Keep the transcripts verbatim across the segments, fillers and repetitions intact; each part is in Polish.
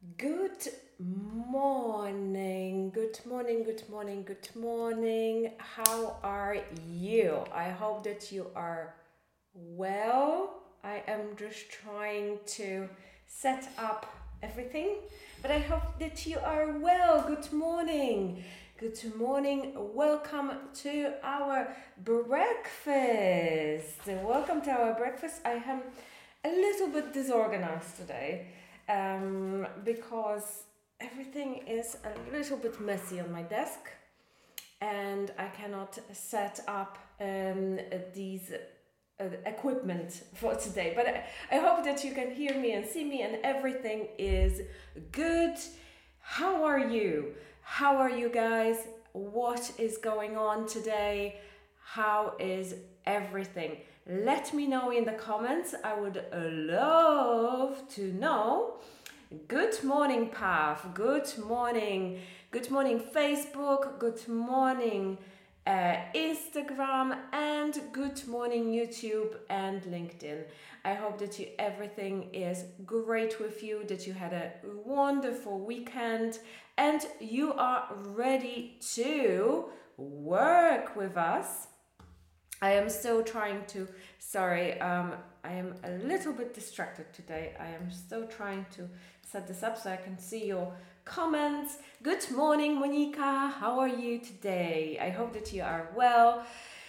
Good morning, good morning, good morning, good morning. How are you? I hope that you are well. I am just trying to set up everything, but I hope that you are well. Good morning. Good morning. Welcome to our breakfast. Welcome to our breakfast. I am a little bit disorganized today um, because everything is a little bit messy on my desk and I cannot set up um, these uh, equipment for today. But I, I hope that you can hear me and see me and everything is good. How are you? How are you guys? What is going on today? How is everything? Let me know in the comments. I would love to know. Good morning, Pav. Good morning. Good morning, Facebook. Good morning, uh, Instagram. And good morning, YouTube and LinkedIn. I hope that you, everything is great with you, that you had a wonderful weekend and you are ready to work with us. I am still trying to, sorry, um, I am a little bit distracted today. I am still trying to set this up so I can see your comments. Good morning, Monica. How are you today? I hope that you are well.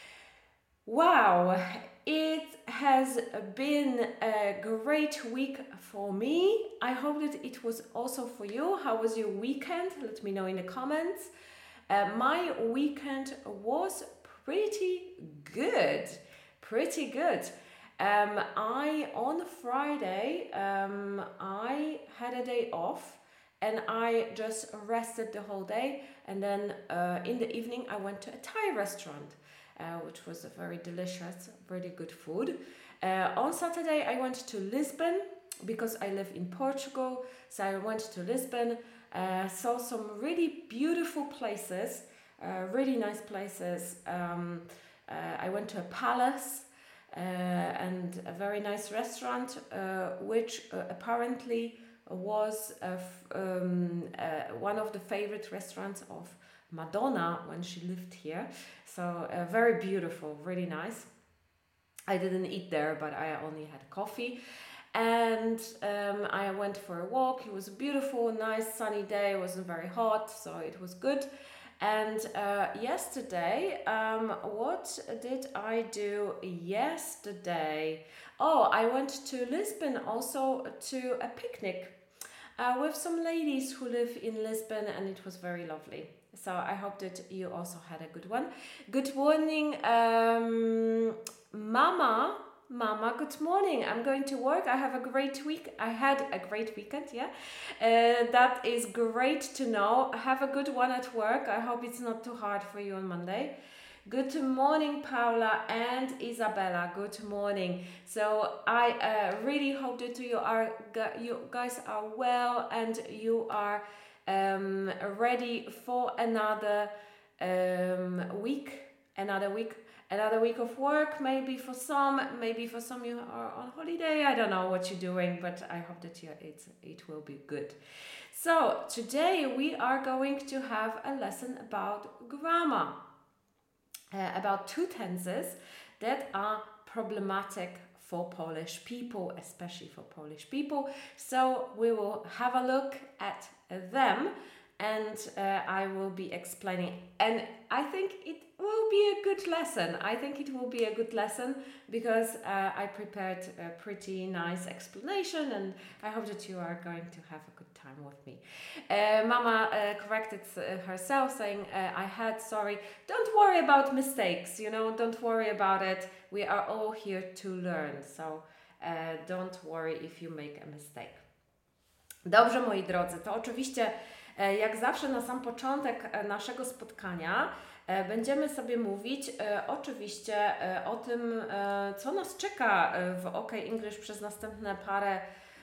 Wow, it has been a great week for me. I hope that it was also for you. How was your weekend? Let me know in the comments. Uh, my weekend was pretty good, pretty good. Um, I, on Friday, um, I had a day off and I just rested the whole day. And then uh, in the evening, I went to a Thai restaurant, uh, which was a very delicious, really good food. Uh, on Saturday, I went to Lisbon because I live in Portugal. So I went to Lisbon, uh, saw some really beautiful places. Uh, really nice places. Um, uh, I went to a palace uh, and a very nice restaurant, uh, which uh, apparently was uh, f- um, uh, one of the favorite restaurants of Madonna when she lived here. So uh, very beautiful, really nice. I didn't eat there, but I only had coffee. And um, I went for a walk. It was a beautiful, nice, sunny day. It wasn't very hot, so it was good. And uh, yesterday, um, what did I do yesterday? Oh, I went to Lisbon also to a picnic uh, with some ladies who live in Lisbon, and it was very lovely. So I hope that you also had a good one. Good morning, um, Mama. Mama, good morning. I'm going to work. I have a great week. I had a great weekend, yeah. Uh, that is great to know. Have a good one at work. I hope it's not too hard for you on Monday. Good morning, Paula and Isabella. Good morning. So I uh, really hope that you are you guys are well and you are um, ready for another um, week. Another week. Another week of work, maybe for some, maybe for some you are on holiday. I don't know what you're doing, but I hope that you, it's, it will be good. So today we are going to have a lesson about grammar, uh, about two tenses that are problematic for Polish people, especially for Polish people. So we will have a look at them and uh, I will be explaining. And I think it will be a good lesson. I think it will be a good lesson because uh, I prepared a pretty nice explanation and I hope that you are going to have a good time with me. Uh, Mama uh, corrected uh, herself saying, uh, I had, sorry, don't worry about mistakes, you know, don't worry about it. We are all here to learn, so uh, don't worry if you make a mistake. Dobrze, moi drodzy, to oczywiście jak zawsze na sam początek naszego spotkania będziemy sobie mówić oczywiście o tym, co nas czeka w OK English przez następne parę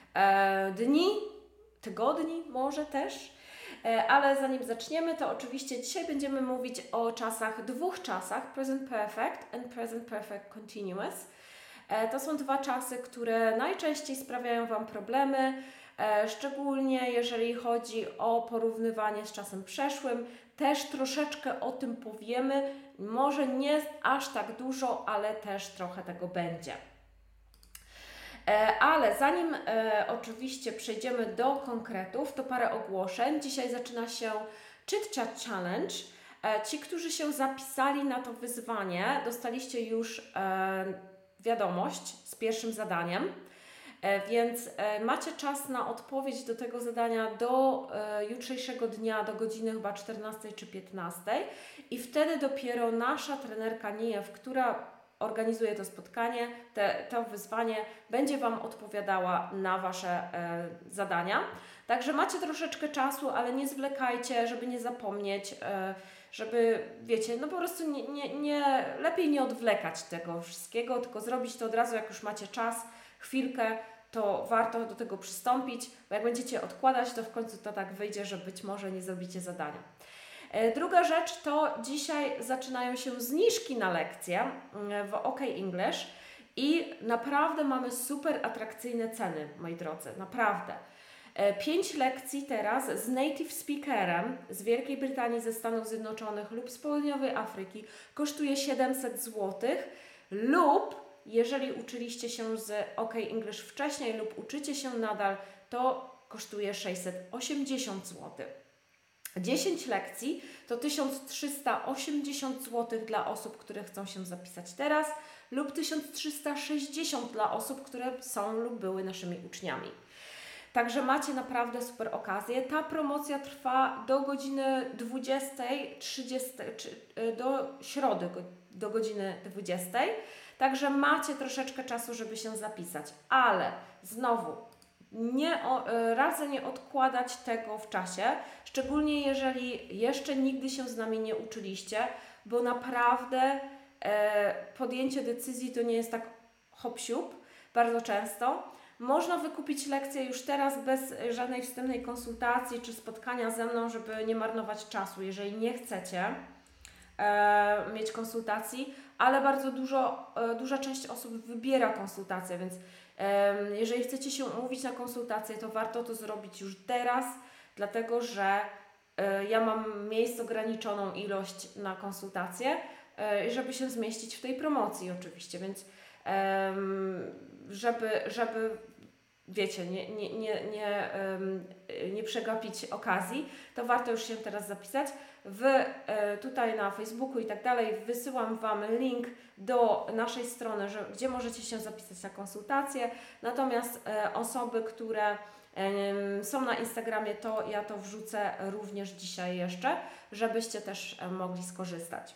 dni, tygodni może też. Ale zanim zaczniemy, to oczywiście dzisiaj będziemy mówić o czasach, dwóch czasach, Present Perfect and Present Perfect Continuous. To są dwa czasy, które najczęściej sprawiają Wam problemy. e, szczególnie jeżeli chodzi o porównywanie z czasem przeszłym. Też troszeczkę o tym powiemy, może nie aż tak dużo, ale też trochę tego będzie. E, ale zanim e, oczywiście przejdziemy do konkretów, to parę ogłoszeń. Dzisiaj zaczyna się Chit Chat Challenge. E, ci, którzy się zapisali na to wyzwanie, dostaliście już e, wiadomość z pierwszym zadaniem. E, więc e, macie czas na odpowiedź do tego zadania do e, jutrzejszego dnia, do godziny chyba czternastej czy piętnastej i wtedy dopiero nasza trenerka Nijew, która organizuje to spotkanie, te, to wyzwanie, będzie Wam odpowiadała na Wasze e, zadania. Także macie troszeczkę czasu, ale nie zwlekajcie, żeby nie zapomnieć, e, żeby, wiecie, no po prostu nie, nie, nie, lepiej nie odwlekać tego wszystkiego, tylko zrobić to od razu, jak już macie czas, chwilkę, to warto do tego przystąpić, bo jak będziecie odkładać, to w końcu to tak wyjdzie, że być może nie zrobicie zadania. Druga rzecz to dzisiaj zaczynają się zniżki na lekcje w OK English i naprawdę mamy super atrakcyjne ceny, moi drodzy, naprawdę. Pięć lekcji teraz z native speakerem z Wielkiej Brytanii, ze Stanów Zjednoczonych lub z Południowej Afryki kosztuje siedemset złotych lub jeżeli uczyliście się z OK English wcześniej lub uczycie się nadal, to kosztuje sześćset osiemdziesiąt złotych. dziesięć lekcji to tysiąc trzysta osiemdziesiąt złotych dla osób, które chcą się zapisać teraz lub tysiąc trzysta sześćdziesiąt dla osób, które są lub były naszymi uczniami. Także macie naprawdę super okazję. Ta promocja trwa do godziny dwudziestej trzydziestej, czy do środy, do godziny dwudziestej. Także macie troszeczkę czasu, żeby się zapisać. Ale znowu, nie, radzę nie odkładać tego w czasie, szczególnie jeżeli jeszcze nigdy się z nami nie uczyliście, bo naprawdę e, podjęcie decyzji to nie jest tak hop-siup bardzo często. Można wykupić lekcję już teraz bez żadnej wstępnej konsultacji czy spotkania ze mną, żeby nie marnować czasu, jeżeli nie chcecie e, mieć konsultacji, ale bardzo dużo, e, duża część osób wybiera konsultację, więc e, jeżeli chcecie się umówić na konsultację, to warto to zrobić już teraz, dlatego że e, ja mam miejsc ograniczoną ilość na konsultację, e, żeby się zmieścić w tej promocji oczywiście, więc e, żeby, żeby wiecie, nie, nie, nie, nie, nie przegapić okazji, to warto już się teraz zapisać. Wy tutaj na Facebooku i tak dalej wysyłam Wam link do naszej strony, że, gdzie możecie się zapisać na konsultację. Natomiast osoby, które są na Instagramie, to ja to wrzucę również dzisiaj jeszcze, żebyście też mogli skorzystać.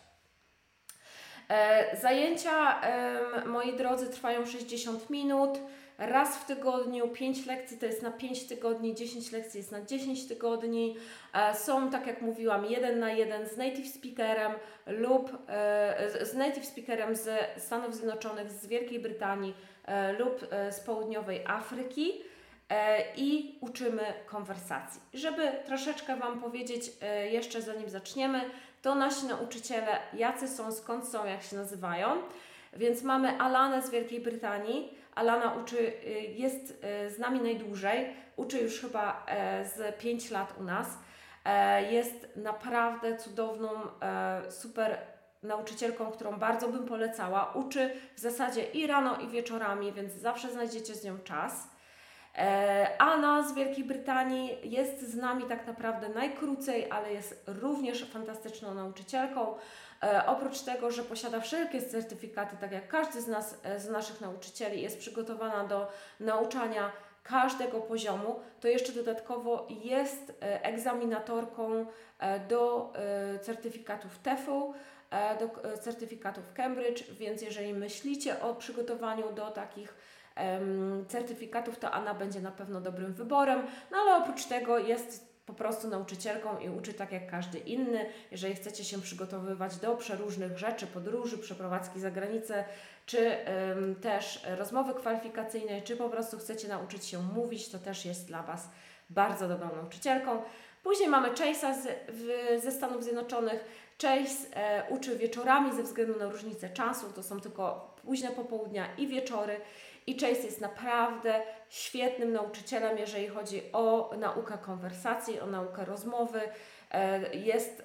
Zajęcia, moi drodzy, trwają sześćdziesiąt minut. Raz w tygodniu, pięć lekcji to jest na pięć tygodni, dziesięć lekcji jest na dziesięć tygodni. Są, tak jak mówiłam, jeden na jeden z native speakerem lub z native speakerem z Stanów Zjednoczonych, z Wielkiej Brytanii lub z Południowej Afryki i uczymy konwersacji. Żeby troszeczkę Wam powiedzieć jeszcze zanim zaczniemy, to nasi nauczyciele, jacy są, skąd są, jak się nazywają. Więc mamy Alanę z Wielkiej Brytanii. Alana uczy, jest z nami najdłużej, uczy już chyba z pięć lat u nas. Jest naprawdę cudowną, super nauczycielką, którą bardzo bym polecała. Uczy w zasadzie i rano, i wieczorami, więc zawsze znajdziecie z nią czas. Anna z Wielkiej Brytanii jest z nami tak naprawdę najkrócej, ale jest również fantastyczną nauczycielką. E, oprócz tego, że posiada wszelkie certyfikaty, tak jak każdy z nas, z naszych nauczycieli, jest przygotowana do nauczania każdego poziomu, to jeszcze dodatkowo jest egzaminatorką do certyfikatów TEFL, do certyfikatów Cambridge, więc jeżeli myślicie o przygotowaniu do takich um, certyfikatów, to Anna będzie na pewno dobrym wyborem, no ale oprócz tego jest po prostu nauczycielką i uczy tak jak każdy inny. Jeżeli chcecie się przygotowywać do przeróżnych rzeczy, podróży, przeprowadzki za granicę, czy ym, też rozmowy kwalifikacyjnej, czy po prostu chcecie nauczyć się mówić, to też jest dla Was bardzo dobrą nauczycielką. Później mamy Chase'a z, w, ze Stanów Zjednoczonych. Chase e, uczy wieczorami ze względu na różnicę czasu, to są tylko późne popołudnia i wieczory. i Chase jest naprawdę świetnym nauczycielem, jeżeli chodzi o naukę konwersacji, o naukę rozmowy. Jest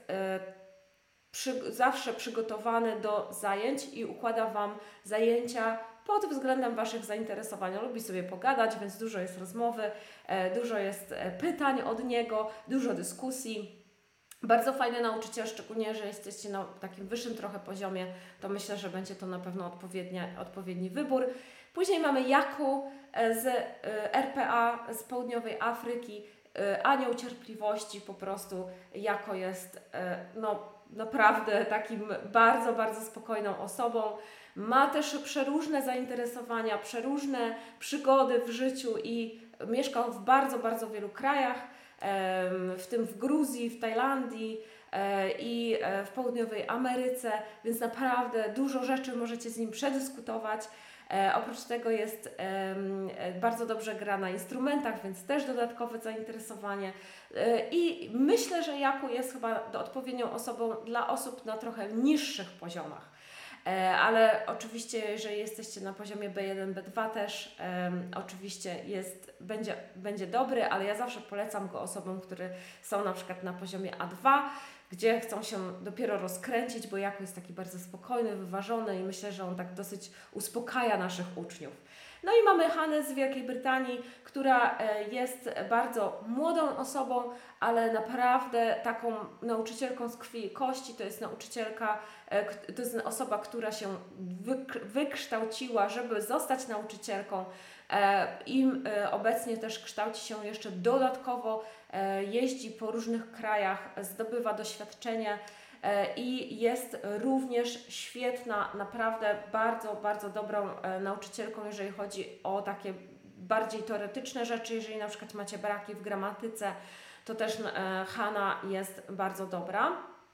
przy, zawsze przygotowany do zajęć i układa Wam zajęcia pod względem Waszych zainteresowań. Lubi sobie pogadać, więc dużo jest rozmowy, dużo jest pytań od niego, dużo dyskusji. Bardzo fajny nauczyciel, szczególnie, że jesteście na takim wyższym trochę poziomie, to myślę, że będzie to na pewno odpowiedni wybór. Później mamy Jaku z R P A z Południowej Afryki, anioł cierpliwości, po prostu Jako jest no, naprawdę takim bardzo, bardzo spokojną osobą. Ma też przeróżne zainteresowania, przeróżne przygody w życiu i mieszkał w bardzo, bardzo wielu krajach, w tym w Gruzji, w Tajlandii i w Południowej Ameryce, więc naprawdę dużo rzeczy możecie z nim przedyskutować. E, oprócz tego jest e, bardzo dobrze gra na instrumentach, więc też dodatkowe zainteresowanie. E, I myślę, że Jaku jest chyba odpowiednią osobą dla osób na trochę niższych poziomach. E, ale oczywiście, jeżeli jesteście na poziomie B jeden, B dwa też, e, oczywiście jest, będzie, będzie dobry, ale ja zawsze polecam go osobom, które są na przykład na poziomie A dwa, gdzie chcą się dopiero rozkręcić, bo Jako jest taki bardzo spokojny, wyważony i myślę, że on tak dosyć uspokaja naszych uczniów. No i mamy Hannę z Wielkiej Brytanii, która jest bardzo młodą osobą, ale naprawdę taką nauczycielką z krwi i kości. To jest nauczycielka, to jest osoba, która się wykształciła, żeby zostać nauczycielką i obecnie też kształci się jeszcze dodatkowo, jeździ po różnych krajach, zdobywa doświadczenie i jest również świetna, naprawdę bardzo, bardzo dobrą nauczycielką, jeżeli chodzi o takie bardziej teoretyczne rzeczy. Jeżeli na przykład macie braki w gramatyce, to też Hanna jest bardzo dobra.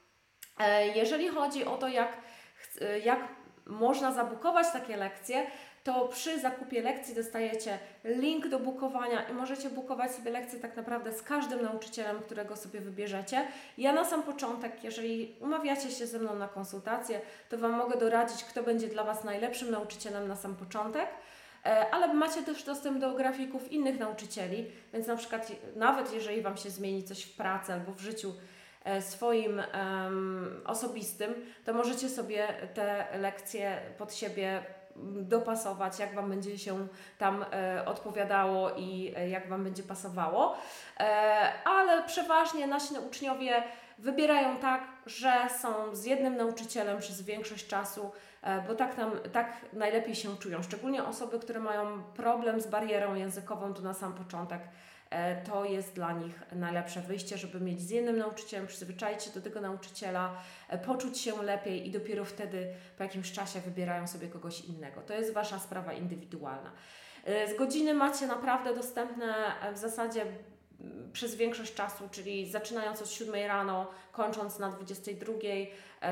Jeżeli chodzi o to, jak, jak można zabukować takie lekcje, to przy zakupie lekcji dostajecie link do bukowania i możecie bukować sobie lekcje tak naprawdę z każdym nauczycielem, którego sobie wybierzecie. Ja na sam początek, jeżeli umawiacie się ze mną na konsultację, to Wam mogę doradzić, kto będzie dla Was najlepszym nauczycielem na sam początek, ale macie też dostęp do grafików innych nauczycieli, więc na przykład nawet jeżeli Wam się zmieni coś w pracy albo w życiu swoim um, osobistym, to możecie sobie te lekcje pod siebie dopasować, jak Wam będzie się tam e, odpowiadało i e, jak Wam będzie pasowało. E, ale przeważnie nasi uczniowie wybierają tak, że są z jednym nauczycielem przez większość czasu, e, bo tak, nam, tak najlepiej się czują. Szczególnie osoby, które mają problem z barierą językową, to na sam początek to jest dla nich najlepsze wyjście, żeby mieć z jednym nauczycielem, przyzwyczaić się do tego nauczyciela, poczuć się lepiej i dopiero wtedy po jakimś czasie wybierają sobie kogoś innego. To jest Wasza sprawa indywidualna. Z godziny macie naprawdę dostępne w zasadzie przez większość czasu, czyli zaczynając od siódmej rano, kończąc na dwudziestej drugiej.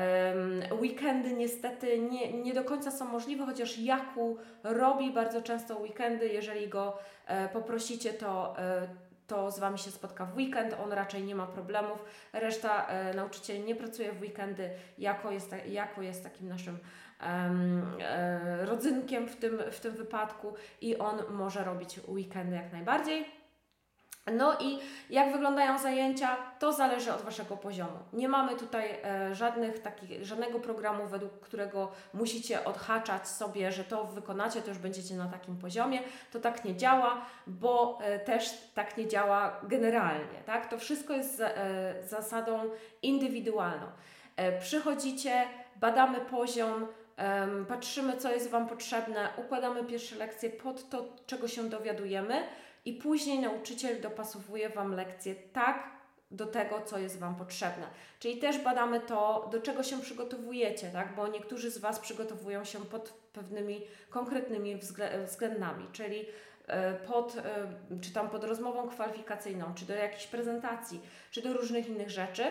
Weekendy niestety nie, nie do końca są możliwe, chociaż Jaku robi bardzo często weekendy. Jeżeli go e, poprosicie, to, e, to z Wami się spotka w weekend. On raczej nie ma problemów. Reszta e, nauczycieli nie pracuje w weekendy. Jako jest, Jako jest takim naszym e, rodzynkiem w tym, w tym wypadku i on może robić weekendy jak najbardziej. No i jak wyglądają zajęcia, to zależy od Waszego poziomu. Nie mamy tutaj e, żadnych takich, żadnego programu, według którego musicie odhaczać sobie, że to wykonacie, to już będziecie na takim poziomie. To tak nie działa, bo e, też tak nie działa generalnie. Tak? To wszystko jest za, e, zasadą indywidualną. E, przychodzicie, badamy poziom, e, patrzymy, co jest Wam potrzebne, układamy pierwsze lekcje pod to, czego się dowiadujemy. I później nauczyciel dopasowuje Wam lekcje tak do tego, co jest Wam potrzebne. Czyli też badamy to, do czego się przygotowujecie, tak? Bo niektórzy z Was przygotowują się pod pewnymi konkretnymi względami, czyli pod, czy tam pod rozmową kwalifikacyjną, czy do jakiejś prezentacji, czy do różnych innych rzeczy.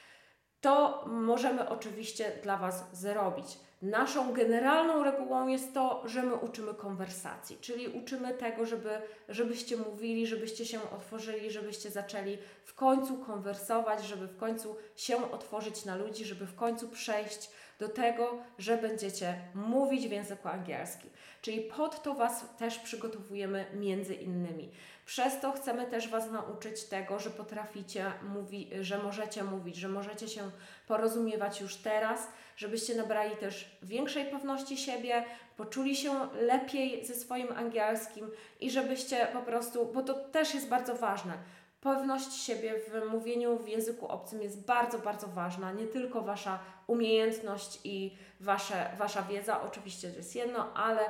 To możemy oczywiście dla Was zrobić. Naszą generalną regułą jest to, że my uczymy konwersacji, czyli uczymy tego, żeby, żebyście mówili, żebyście się otworzyli, żebyście zaczęli w końcu konwersować, żeby w końcu się otworzyć na ludzi, żeby w końcu przejść do tego, że będziecie mówić w języku angielskim. Czyli pod to Was też przygotowujemy między innymi. Przez to chcemy też Was nauczyć tego, że potraficie mówić, że możecie mówić, że możecie się porozumiewać już teraz, żebyście nabrali też większej pewności siebie, poczuli się lepiej ze swoim angielskim i żebyście po prostu, bo to też jest bardzo ważne, pewność siebie w mówieniu w języku obcym jest bardzo, bardzo ważna. Nie tylko Wasza umiejętność i wasze, Wasza wiedza, oczywiście to jest jedno, ale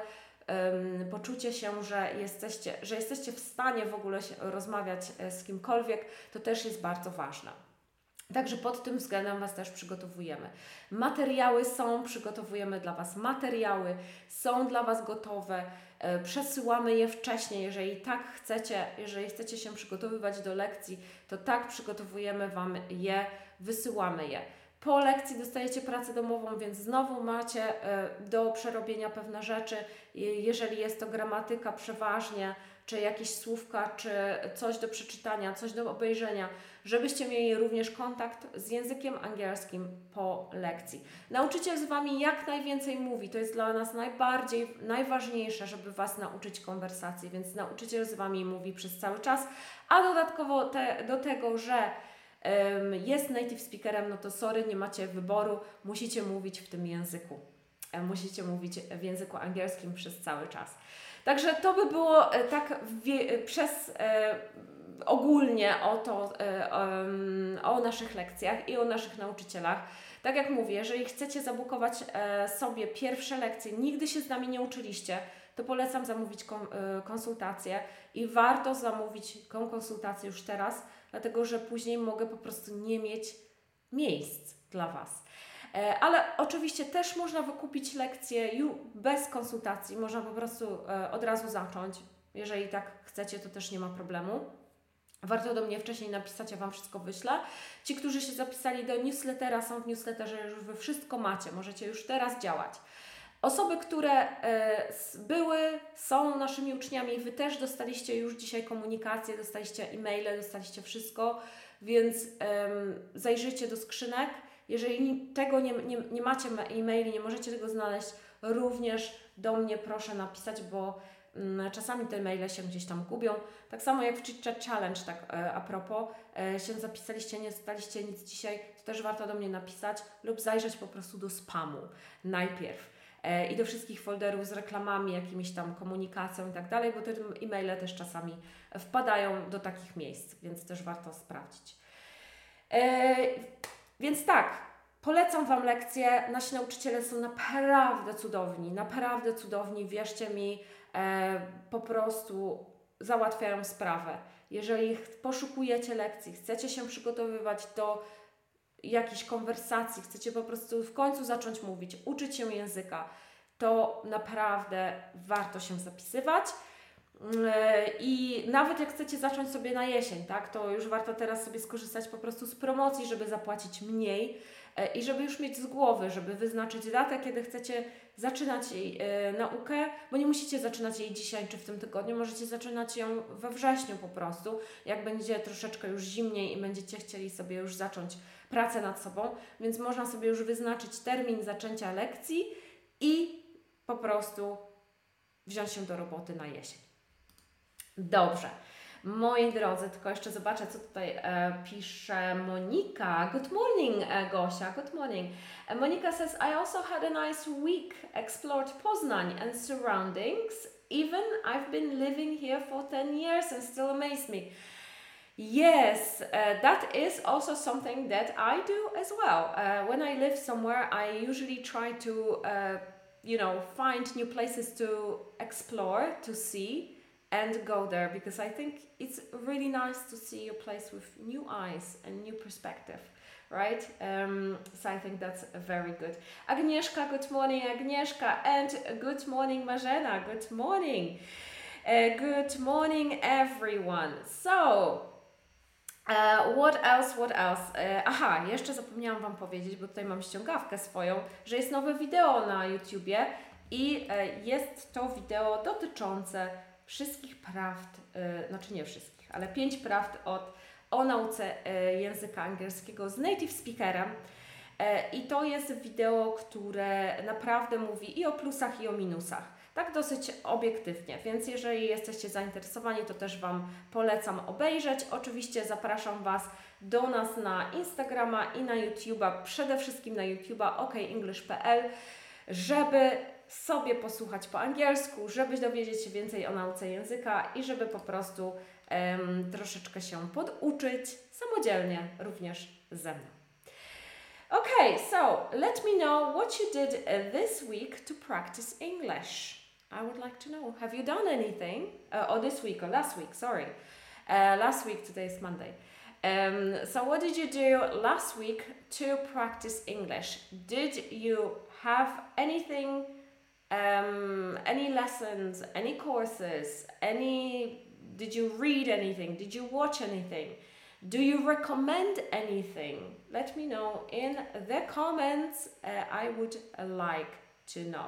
um, poczucie się, że jesteście, że jesteście w stanie w ogóle się, rozmawiać z kimkolwiek, to też jest bardzo ważne. Także pod tym względem Was też przygotowujemy. Materiały są, przygotowujemy dla Was materiały, są dla Was gotowe, e, przesyłamy je wcześniej, jeżeli tak chcecie, jeżeli chcecie się przygotowywać do lekcji, to tak przygotowujemy Wam je, wysyłamy je. Po lekcji dostajecie pracę domową, więc znowu macie e, do przerobienia pewne rzeczy, jeżeli jest to gramatyka przeważnie, czy jakieś słówka, czy coś do przeczytania, coś do obejrzenia, żebyście mieli również kontakt z językiem angielskim po lekcji. Nauczyciel z Wami jak najwięcej mówi, to jest dla nas najbardziej, najważniejsze, żeby Was nauczyć konwersacji, więc nauczyciel z Wami mówi przez cały czas, a dodatkowo te, do tego, że um, jest native speakerem, no to sorry, nie macie wyboru, musicie mówić w tym języku. Musicie mówić w języku angielskim przez cały czas. Także to by było e, tak wie, przez e, ogólnie o, to, e, o, o naszych lekcjach i o naszych nauczycielach. Tak jak mówię, jeżeli chcecie zabukować e, sobie pierwsze lekcje, nigdy się z nami nie uczyliście, to polecam zamówić kon, e, konsultację i warto zamówić tą konsultację już teraz, dlatego że później mogę po prostu nie mieć miejsc dla Was. Ale oczywiście też można wykupić lekcje bez konsultacji, można po prostu od razu zacząć. Jeżeli tak chcecie, to też nie ma problemu. Warto do mnie wcześniej napisać, ja Wam wszystko wyślę. Ci, którzy się zapisali do newslettera, są w newsletterze, już Wy wszystko macie, możecie już teraz działać. Osoby, które były, są naszymi uczniami, Wy też dostaliście już dzisiaj komunikację, dostaliście e-maile, dostaliście wszystko, więc zajrzyjcie do skrzynek. Jeżeli tego nie, nie, nie macie e-maili, nie możecie tego znaleźć, również do mnie proszę napisać, bo mm, czasami te maile się gdzieś tam gubią. Tak samo jak w Chit Chat Challenge, tak e, a propos, e, się zapisaliście, nie dostaliście nic dzisiaj, to też warto do mnie napisać lub zajrzeć po prostu do spamu najpierw e, i do wszystkich folderów z reklamami, jakimiś tam komunikacją i tak dalej, bo te e-maile też czasami wpadają do takich miejsc, więc też warto sprawdzić. E, Więc tak, polecam Wam lekcje. Nasi nauczyciele są naprawdę cudowni, naprawdę cudowni, wierzcie mi, e, po prostu załatwiają sprawę. Jeżeli poszukujecie lekcji, chcecie się przygotowywać do jakiejś konwersacji, chcecie po prostu w końcu zacząć mówić, uczyć się języka, to naprawdę warto się zapisywać. I nawet jak chcecie zacząć sobie na jesień, tak, to już warto teraz sobie skorzystać po prostu z promocji, żeby zapłacić mniej i żeby już mieć z głowy, żeby wyznaczyć datę, kiedy chcecie zaczynać jej e, naukę, bo nie musicie zaczynać jej dzisiaj czy w tym tygodniu, możecie zaczynać ją we wrześniu po prostu, jak będzie troszeczkę już zimniej i będziecie chcieli sobie już zacząć pracę nad sobą, więc można sobie już wyznaczyć termin zaczęcia lekcji i po prostu wziąć się do roboty na jesień. Dobrze, moi drodzy, tylko jeszcze zobaczę, co tutaj e, pisze Monika. Good morning, e, Gosia, good morning. E, Monika says, I also had a nice week, explored Poznań and surroundings. Even I've been living here for ten years and still amaze me. Yes, uh, that is also something that I do as well. Uh, when I live somewhere, I usually try to, uh, you know, find new places to explore, to see. And go there because I think it's really nice to see a place with new eyes and new perspective, right? Um, so I think that's very good. Agnieszka, good morning, Agnieszka, and good morning, Marzena, good morning. Uh, good morning, everyone. So, uh, what else, what else? Uh, aha, jeszcze zapomniałam Wam powiedzieć, bo tutaj mam ściągawkę swoją, że jest nowe wideo na YouTubie i uh, jest to wideo dotyczące wszystkich prawd, yy, znaczy nie wszystkich, ale pięć prawd od, o nauce yy, języka angielskiego z native speakerem. I to jest wideo, które naprawdę mówi i o plusach, i o minusach. Tak dosyć obiektywnie, więc jeżeli jesteście zainteresowani, to też Wam polecam obejrzeć. Oczywiście zapraszam Was do nas na Instagrama i na YouTube'a, przede wszystkim na YouTube'a ok english kropka p l, żeby sobie posłuchać po angielsku, żeby dowiedzieć się więcej o nauce języka i żeby po prostu um, troszeczkę się poduczyć samodzielnie również ze mną. Okay, so let me know what you did uh, this week to practice English. I would like to know. Have you done anything? Uh, or this week, or last week, sorry. Uh, last week, today is Monday. Um, so what did you do last week to practice English? Did you have anything, um, any lessons, any courses, any, did you read anything? Did you watch anything? Do you recommend anything? Let me know in the comments. Uh, I would uh, like to know.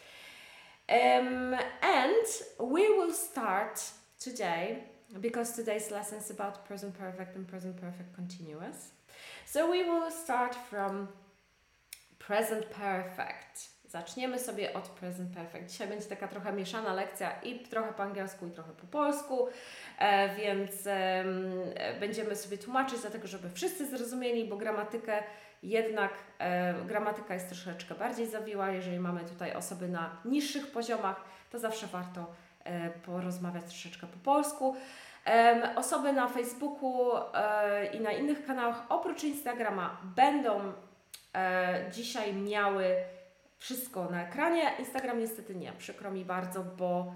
Um, and we will start today, because today's lesson is about present perfect and present perfect continuous. So we will start from present perfect. Zaczniemy sobie od present perfect. Dzisiaj będzie taka trochę mieszana lekcja i trochę po angielsku, i trochę po polsku, e, więc e, będziemy sobie tłumaczyć, dlatego żeby wszyscy zrozumieli, bo gramatykę jednak, e, gramatyka jest troszeczkę bardziej zawiła. Jeżeli mamy tutaj osoby na niższych poziomach, to zawsze warto e, porozmawiać troszeczkę po polsku. E, osoby na Facebooku e, i na innych kanałach, oprócz Instagrama, będą e, dzisiaj miały wszystko na ekranie. Instagram niestety nie, przykro mi bardzo, bo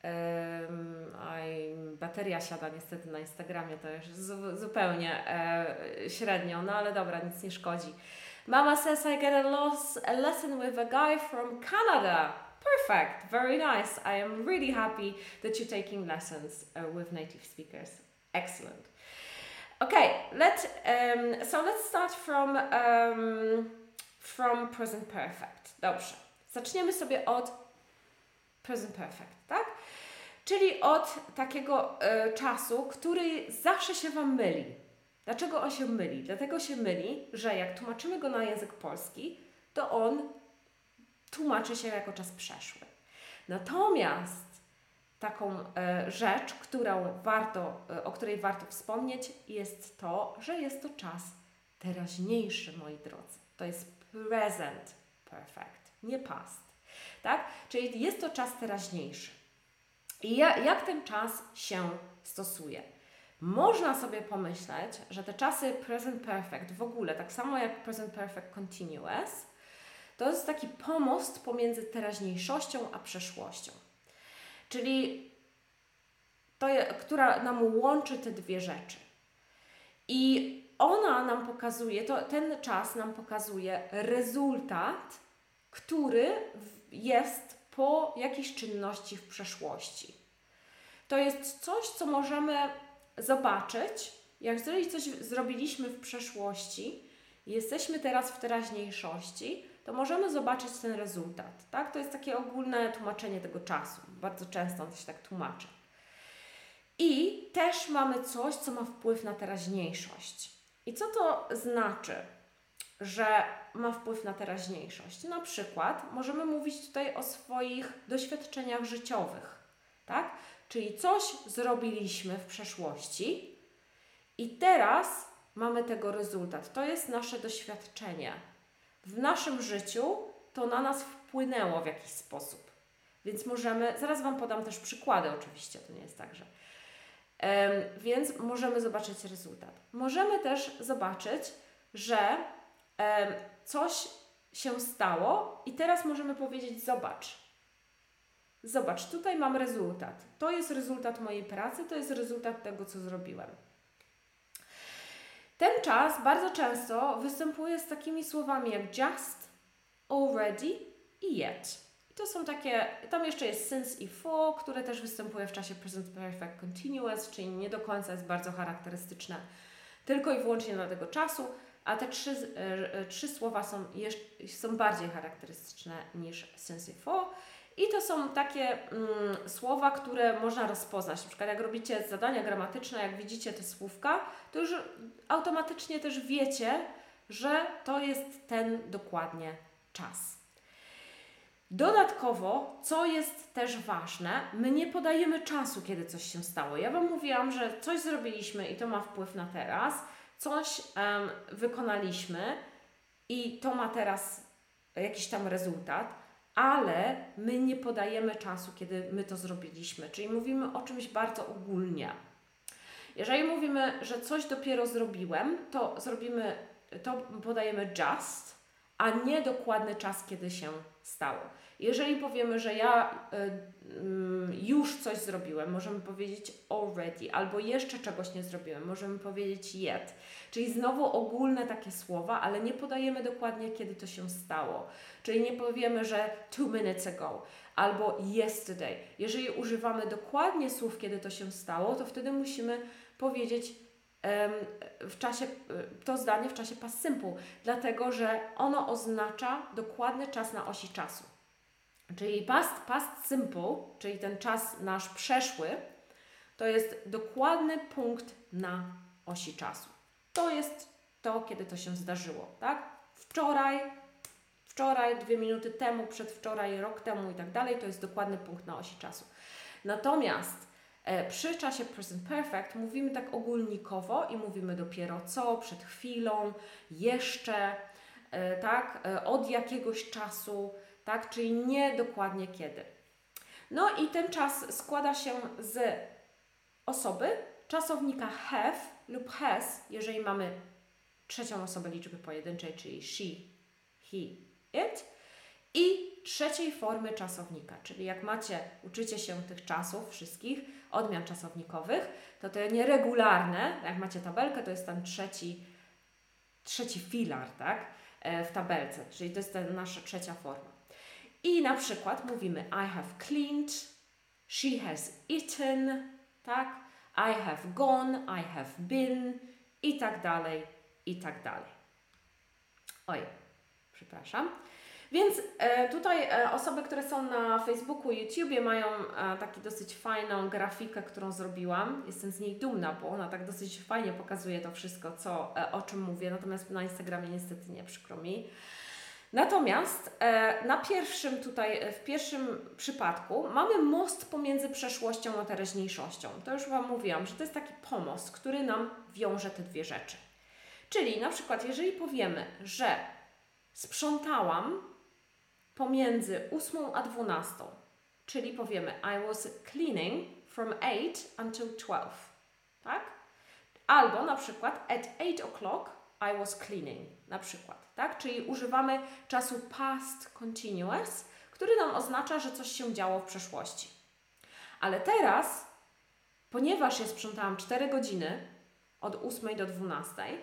um, aj, bateria siada niestety na Instagramie, to już zu, zupełnie e, średnio, no ale dobra, nic nie szkodzi. Mama says I get a, loss, a lesson with a guy from Canada. Perfect, very nice. I am really happy that you're taking lessons uh, with native speakers. Excellent. Okay, let, um, so let's start from, um, from present perfect. Dobrze, zaczniemy sobie od present perfect, tak? Czyli od takiego y, czasu, który zawsze się Wam myli. Dlaczego on się myli? Dlatego się myli, że jak tłumaczymy go na język polski, to on tłumaczy się jako czas przeszły. Natomiast taką y, rzecz, którą warto, y, o której warto wspomnieć, jest to, że jest to czas teraźniejszy, moi drodzy. To jest present perfect, nie past, tak? Czyli jest to czas teraźniejszy. I ja, jak ten czas się stosuje? Można sobie pomyśleć, że te czasy present perfect w ogóle, tak samo jak present perfect continuous, to jest taki pomost pomiędzy teraźniejszością a przeszłością. Czyli to, która nam łączy te dwie rzeczy. I ona nam pokazuje, to, ten czas nam pokazuje rezultat, który jest po jakiejś czynności w przeszłości. To jest coś, co możemy zobaczyć, jak jeżeli coś zrobiliśmy w przeszłości i jesteśmy teraz w teraźniejszości, to możemy zobaczyć ten rezultat. Tak? To jest takie ogólne tłumaczenie tego czasu. Bardzo często on się tak tłumaczy. I też mamy coś, co ma wpływ na teraźniejszość. I co to znaczy, że ma wpływ na teraźniejszość? Na przykład możemy mówić tutaj o swoich doświadczeniach życiowych, tak? Czyli coś zrobiliśmy w przeszłości i teraz mamy tego rezultat. To jest nasze doświadczenie. W naszym życiu to na nas wpłynęło w jakiś sposób. Więc możemy, zaraz Wam podam też przykłady oczywiście, to nie jest tak, że Um, więc możemy zobaczyć rezultat. Możemy też zobaczyć, że um, coś się stało i teraz możemy powiedzieć zobacz. Zobacz, tutaj mam rezultat. To jest rezultat mojej pracy, to jest rezultat tego, co zrobiłem. Ten czas bardzo często występuje z takimi słowami jak just, already i yet. To są takie, tam jeszcze jest since i for, które też występuje w czasie present perfect continuous, czyli nie do końca jest bardzo charakterystyczne tylko i wyłącznie dla tego czasu, a te trzy, y, y, trzy słowa są, jeszcze, są bardziej charakterystyczne niż since i for. I to są takie mm, słowa, które można rozpoznać. Na przykład jak robicie zadania gramatyczne, jak widzicie te słówka, to już automatycznie też wiecie, że to jest ten dokładnie czas. Dodatkowo, co jest też ważne, my nie podajemy czasu, kiedy coś się stało. Ja Wam mówiłam, że coś zrobiliśmy i to ma wpływ na teraz, coś um, wykonaliśmy i to ma teraz jakiś tam rezultat, ale my nie podajemy czasu, kiedy my to zrobiliśmy, czyli mówimy o czymś bardzo ogólnie. Jeżeli mówimy, że coś dopiero zrobiłem, to zrobimy, to podajemy just, a nie dokładny czas, kiedy się stało. Jeżeli powiemy, że ja y, y, już coś zrobiłem, możemy powiedzieć already, albo jeszcze czegoś nie zrobiłem, możemy powiedzieć yet. Czyli znowu ogólne takie słowa, ale nie podajemy dokładnie, kiedy to się stało. Czyli nie powiemy, że two minutes ago, albo yesterday. Jeżeli używamy dokładnie słów, kiedy to się stało, to wtedy musimy powiedzieć w czasie, to zdanie w czasie past simple, dlatego że ono oznacza dokładny czas na osi czasu. Czyli past, past simple, czyli ten czas nasz przeszły, to jest dokładny punkt na osi czasu. To jest to, kiedy to się zdarzyło, tak? Wczoraj, wczoraj, dwie minuty temu, przedwczoraj, rok temu i tak dalej, to jest dokładny punkt na osi czasu. Natomiast przy czasie present perfect mówimy tak ogólnikowo i mówimy dopiero co, przed chwilą, jeszcze, tak, od jakiegoś czasu, tak, czyli nie dokładnie kiedy. No i ten czas składa się z osoby, czasownika have lub has, jeżeli mamy trzecią osobę liczby pojedynczej, czyli she, he, it, i trzeciej formy czasownika, czyli jak macie, uczycie się tych czasów wszystkich, odmian czasownikowych, to te nieregularne, jak macie tabelkę, to jest tam trzeci, trzeci filar, tak, w tabelce, czyli to jest ta nasza trzecia forma. I na przykład mówimy I have cleaned, she has eaten, tak, I have gone, I have been i tak dalej, i tak dalej. Oj, przepraszam. Więc e, tutaj e, osoby, które są na Facebooku i YouTubie mają e, taką dosyć fajną grafikę, którą zrobiłam. Jestem z niej dumna, bo ona tak dosyć fajnie pokazuje to wszystko, co, e, o czym mówię. Natomiast na Instagramie niestety nie, przykro mi. Natomiast e, na pierwszym tutaj, w pierwszym przypadku mamy most pomiędzy przeszłością a teraźniejszością. To już Wam mówiłam, że to jest taki pomost, który nam wiąże te dwie rzeczy. Czyli na przykład, jeżeli powiemy, że sprzątałam pomiędzy ósmą a dwunastą, czyli powiemy I was cleaning from eight until twelve, tak? Albo na przykład at eight o'clock I was cleaning, na przykład, tak? Czyli używamy czasu past continuous, który nam oznacza, że coś się działo w przeszłości. Ale teraz, ponieważ ja sprzątałam cztery godziny od ósmej do dwunastej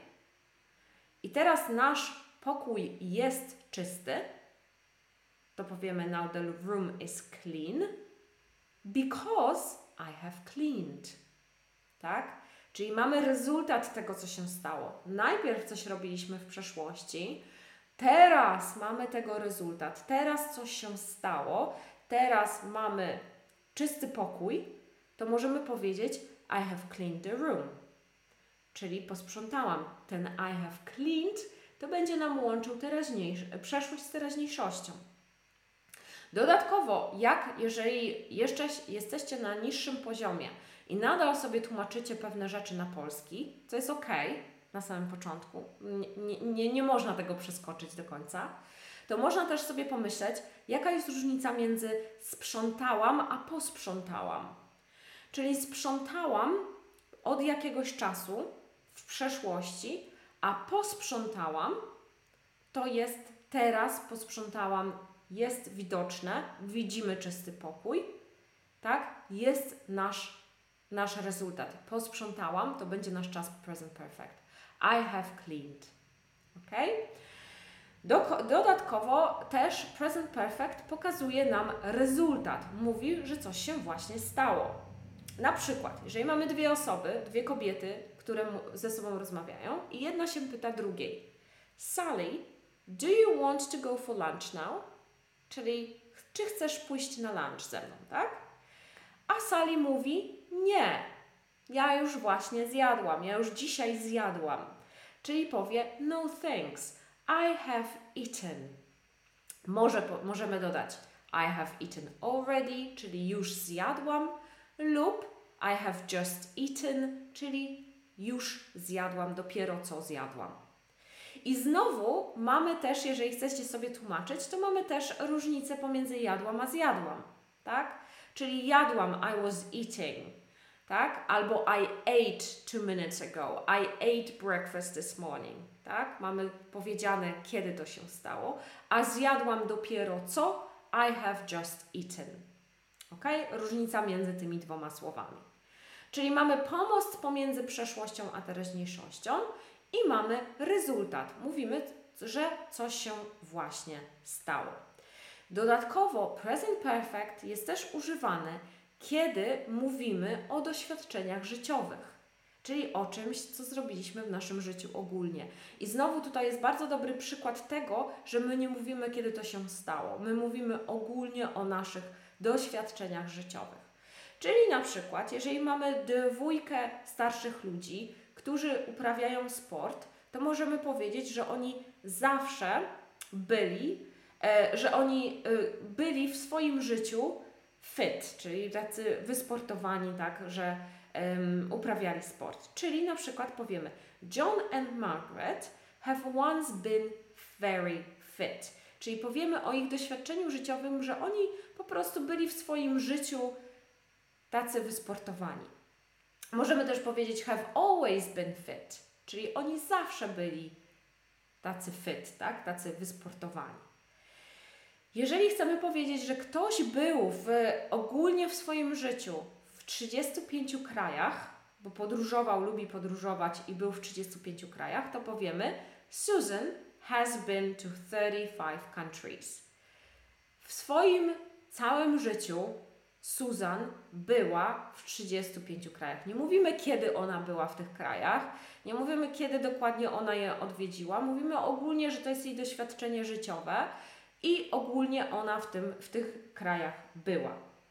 i teraz nasz pokój jest czysty, to powiemy now the room is clean because I have cleaned, tak? Czyli mamy rezultat tego, co się stało. Najpierw coś robiliśmy w przeszłości, teraz mamy tego rezultat, teraz coś się stało, teraz mamy czysty pokój, to możemy powiedzieć I have cleaned the room, czyli posprzątałam. Ten I have cleaned to będzie nam łączył przeszłość z teraźniejszością. Dodatkowo, jak jeżeli jeszcze jesteście na niższym poziomie i nadal sobie tłumaczycie pewne rzeczy na polski, co jest ok na samym początku, nie, nie, nie można tego przeskoczyć do końca, to można też sobie pomyśleć, jaka jest różnica między sprzątałam a posprzątałam. Czyli sprzątałam od jakiegoś czasu w przeszłości, a posprzątałam to jest teraz, posprzątałam, jest widoczne, widzimy czysty pokój, tak? Jest nasz, nasz rezultat. Posprzątałam, to będzie nasz czas present perfect. I have cleaned. Ok? Do, dodatkowo też present perfect pokazuje nam rezultat. Mówi, że coś się właśnie stało. Na przykład, jeżeli mamy dwie osoby, dwie kobiety, które ze sobą rozmawiają i jedna się pyta drugiej: Sally, do you want to go for lunch now? Czyli, czy chcesz pójść na lunch ze mną, tak? A Sally mówi: nie, ja już właśnie zjadłam, ja już dzisiaj zjadłam. czyli powie no thanks, I have eaten. Może, możemy dodać I have eaten already, czyli już zjadłam, lub I have just eaten, czyli już zjadłam, dopiero co zjadłam. I znowu mamy też, jeżeli chcecie sobie tłumaczyć, to mamy też różnicę pomiędzy jadłam a zjadłam, tak? Czyli jadłam, I was eating, tak? Albo I ate two minutes ago, I ate breakfast this morning, tak? Mamy powiedziane, kiedy to się stało, a zjadłam dopiero co, I have just eaten, ok? Różnica między tymi dwoma słowami. Czyli mamy pomost pomiędzy przeszłością a teraźniejszością i mamy rezultat. Mówimy, że coś się właśnie stało. Dodatkowo present perfect jest też używany, kiedy mówimy o doświadczeniach życiowych, czyli o czymś, co zrobiliśmy w naszym życiu ogólnie. I znowu tutaj jest bardzo dobry przykład tego, że my nie mówimy, kiedy to się stało. My mówimy ogólnie o naszych doświadczeniach życiowych. Czyli na przykład, jeżeli mamy dwójkę starszych ludzi, którzy uprawiają sport, to możemy powiedzieć, że oni zawsze byli, e, że oni e, byli w swoim życiu fit, czyli tacy wysportowani, tak, że um, uprawiali sport. Czyli na przykład powiemy John and Margaret have once been very fit. Czyli powiemy o ich doświadczeniu życiowym, że oni po prostu byli w swoim życiu tacy wysportowani. Możemy też powiedzieć have always been fit, czyli oni zawsze byli tacy fit, tak? Tacy wysportowani. Jeżeli chcemy powiedzieć, że ktoś był w, ogólnie w swoim życiu w trzydziestu pięciu krajach, bo podróżował, lubi podróżować i był w trzydziestu pięciu krajach, to powiemy Susan has been to thirty-five countries. W swoim całym życiu Susan była w trzydziestu pięciu krajach. Nie mówimy, kiedy ona była w tych krajach, nie mówimy, kiedy dokładnie ona je odwiedziła. Mówimy ogólnie, że to jest jej doświadczenie życiowe i ogólnie ona w, tym, w tych krajach była.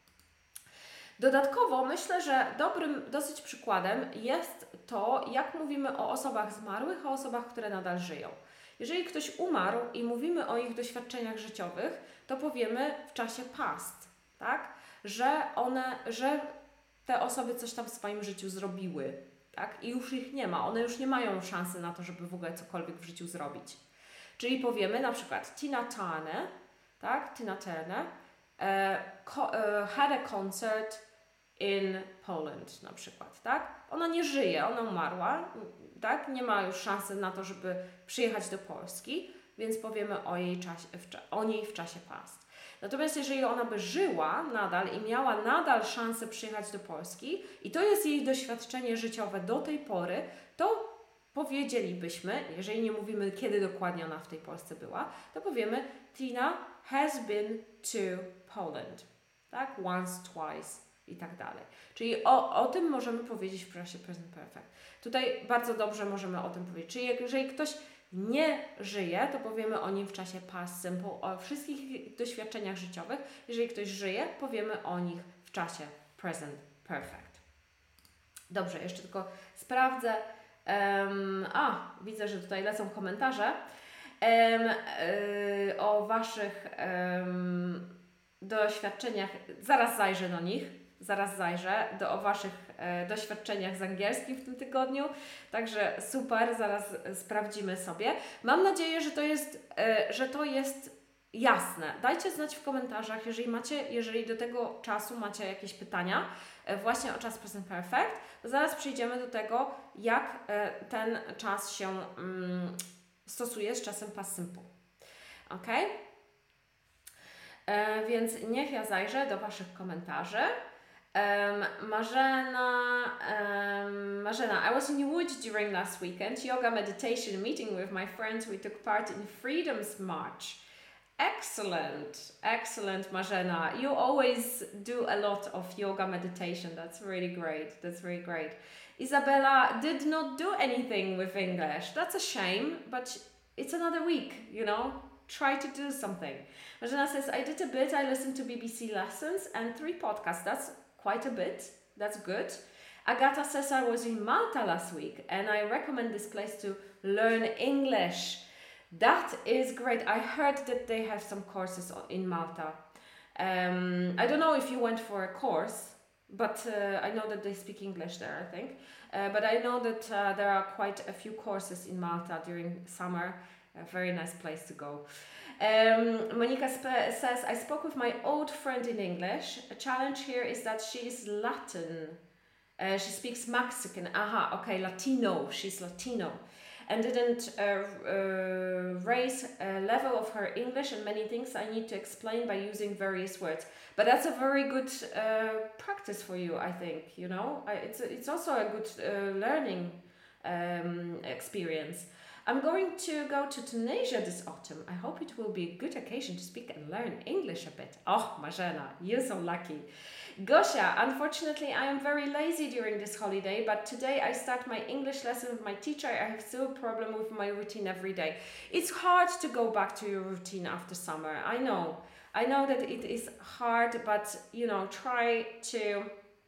Dodatkowo myślę, że dobrym dosyć przykładem jest to, jak mówimy o osobach zmarłych, o osobach, które nadal żyją. Jeżeli ktoś umarł i mówimy o ich doświadczeniach życiowych, to powiemy w czasie past, tak? Że one, że te osoby coś tam w swoim życiu zrobiły, tak? I już ich nie ma. One już nie mają szansy na to, żeby w ogóle cokolwiek w życiu zrobić. Czyli powiemy na przykład Tina Turner, tak? Tina Turner e, co, e, had a concert in Poland na przykład, tak? Ona nie żyje, ona umarła, tak? Nie ma już szansy na to, żeby przyjechać do Polski, więc powiemy o, jej czasie, o niej w czasie past. Natomiast jeżeli ona by żyła nadal i miała nadal szansę przyjechać do Polski i to jest jej doświadczenie życiowe do tej pory, to powiedzielibyśmy, jeżeli nie mówimy, kiedy dokładnie ona w tej Polsce była, to powiemy Tina has been to Poland, tak? Once, twice i tak dalej. Czyli o, o tym możemy powiedzieć w czasie present perfect. Tutaj bardzo dobrze możemy o tym powiedzieć. Czyli jeżeli ktoś nie żyje, to powiemy o nim w czasie past simple, o wszystkich doświadczeniach życiowych. Jeżeli ktoś żyje, powiemy o nich w czasie present perfect. Dobrze, jeszcze tylko sprawdzę. Um, a, widzę, że tutaj lecą komentarze um, yy, o Waszych um, doświadczeniach. Zaraz zajrzę do nich. Zaraz zajrzę do, o Waszych e, doświadczeniach z angielskim w tym tygodniu. Także super, zaraz sprawdzimy sobie. Mam nadzieję, że to jest, e, że to jest jasne. Dajcie znać w komentarzach, jeżeli macie, jeżeli do tego czasu macie jakieś pytania e, właśnie o czas present perfect. To zaraz przejdziemy do tego, jak e, ten czas się mm, stosuje z czasem past simple. Ok? E, więc niech ja zajrzę do Waszych komentarzy. Um, Marzena, um, Marzena, I was in Łódź during last weekend, yoga meditation meeting with my friends. We took part in Freedom's March. Excellent, excellent, Marzena. You always do a lot of yoga meditation. That's really great. That's really great. Isabella did not do anything with English. That's a shame, but it's another week, you know. Try to do something. Marzena says, I did a bit. I listened to B B C lessons and three podcasts. That's quite a bit. That's good. Agata says I was in Malta last week and I recommend this place to learn English. That is great. I heard that they have some courses in Malta. Um, I don't know if you went for a course, but uh, I know that they speak English there, I think. Uh, but I know that uh, there are quite a few courses in Malta during summer. A very nice place to go. Um, Monica sp- says, I spoke with my old friend in English. A challenge here is that she is Latin. Uh, she speaks Mexican. Aha, okay, Latino. She's Latino. And didn't uh, uh, raise a level of her English, and many things I need to explain by using various words. But that's a very good uh, practice for you, I think. You know, I, it's it's also a good uh, learning um, experience. I'm going to go to Tunisia this autumn. I hope it will be a good occasion to speak and learn English a bit. Oh, Marzena, you're so lucky. Gosia, unfortunately I am very lazy during this holiday, but today I start my English lesson with my teacher. I have still a problem with my routine every day. It's hard to go back to your routine after summer. I know. I know that it is hard, but you know, try to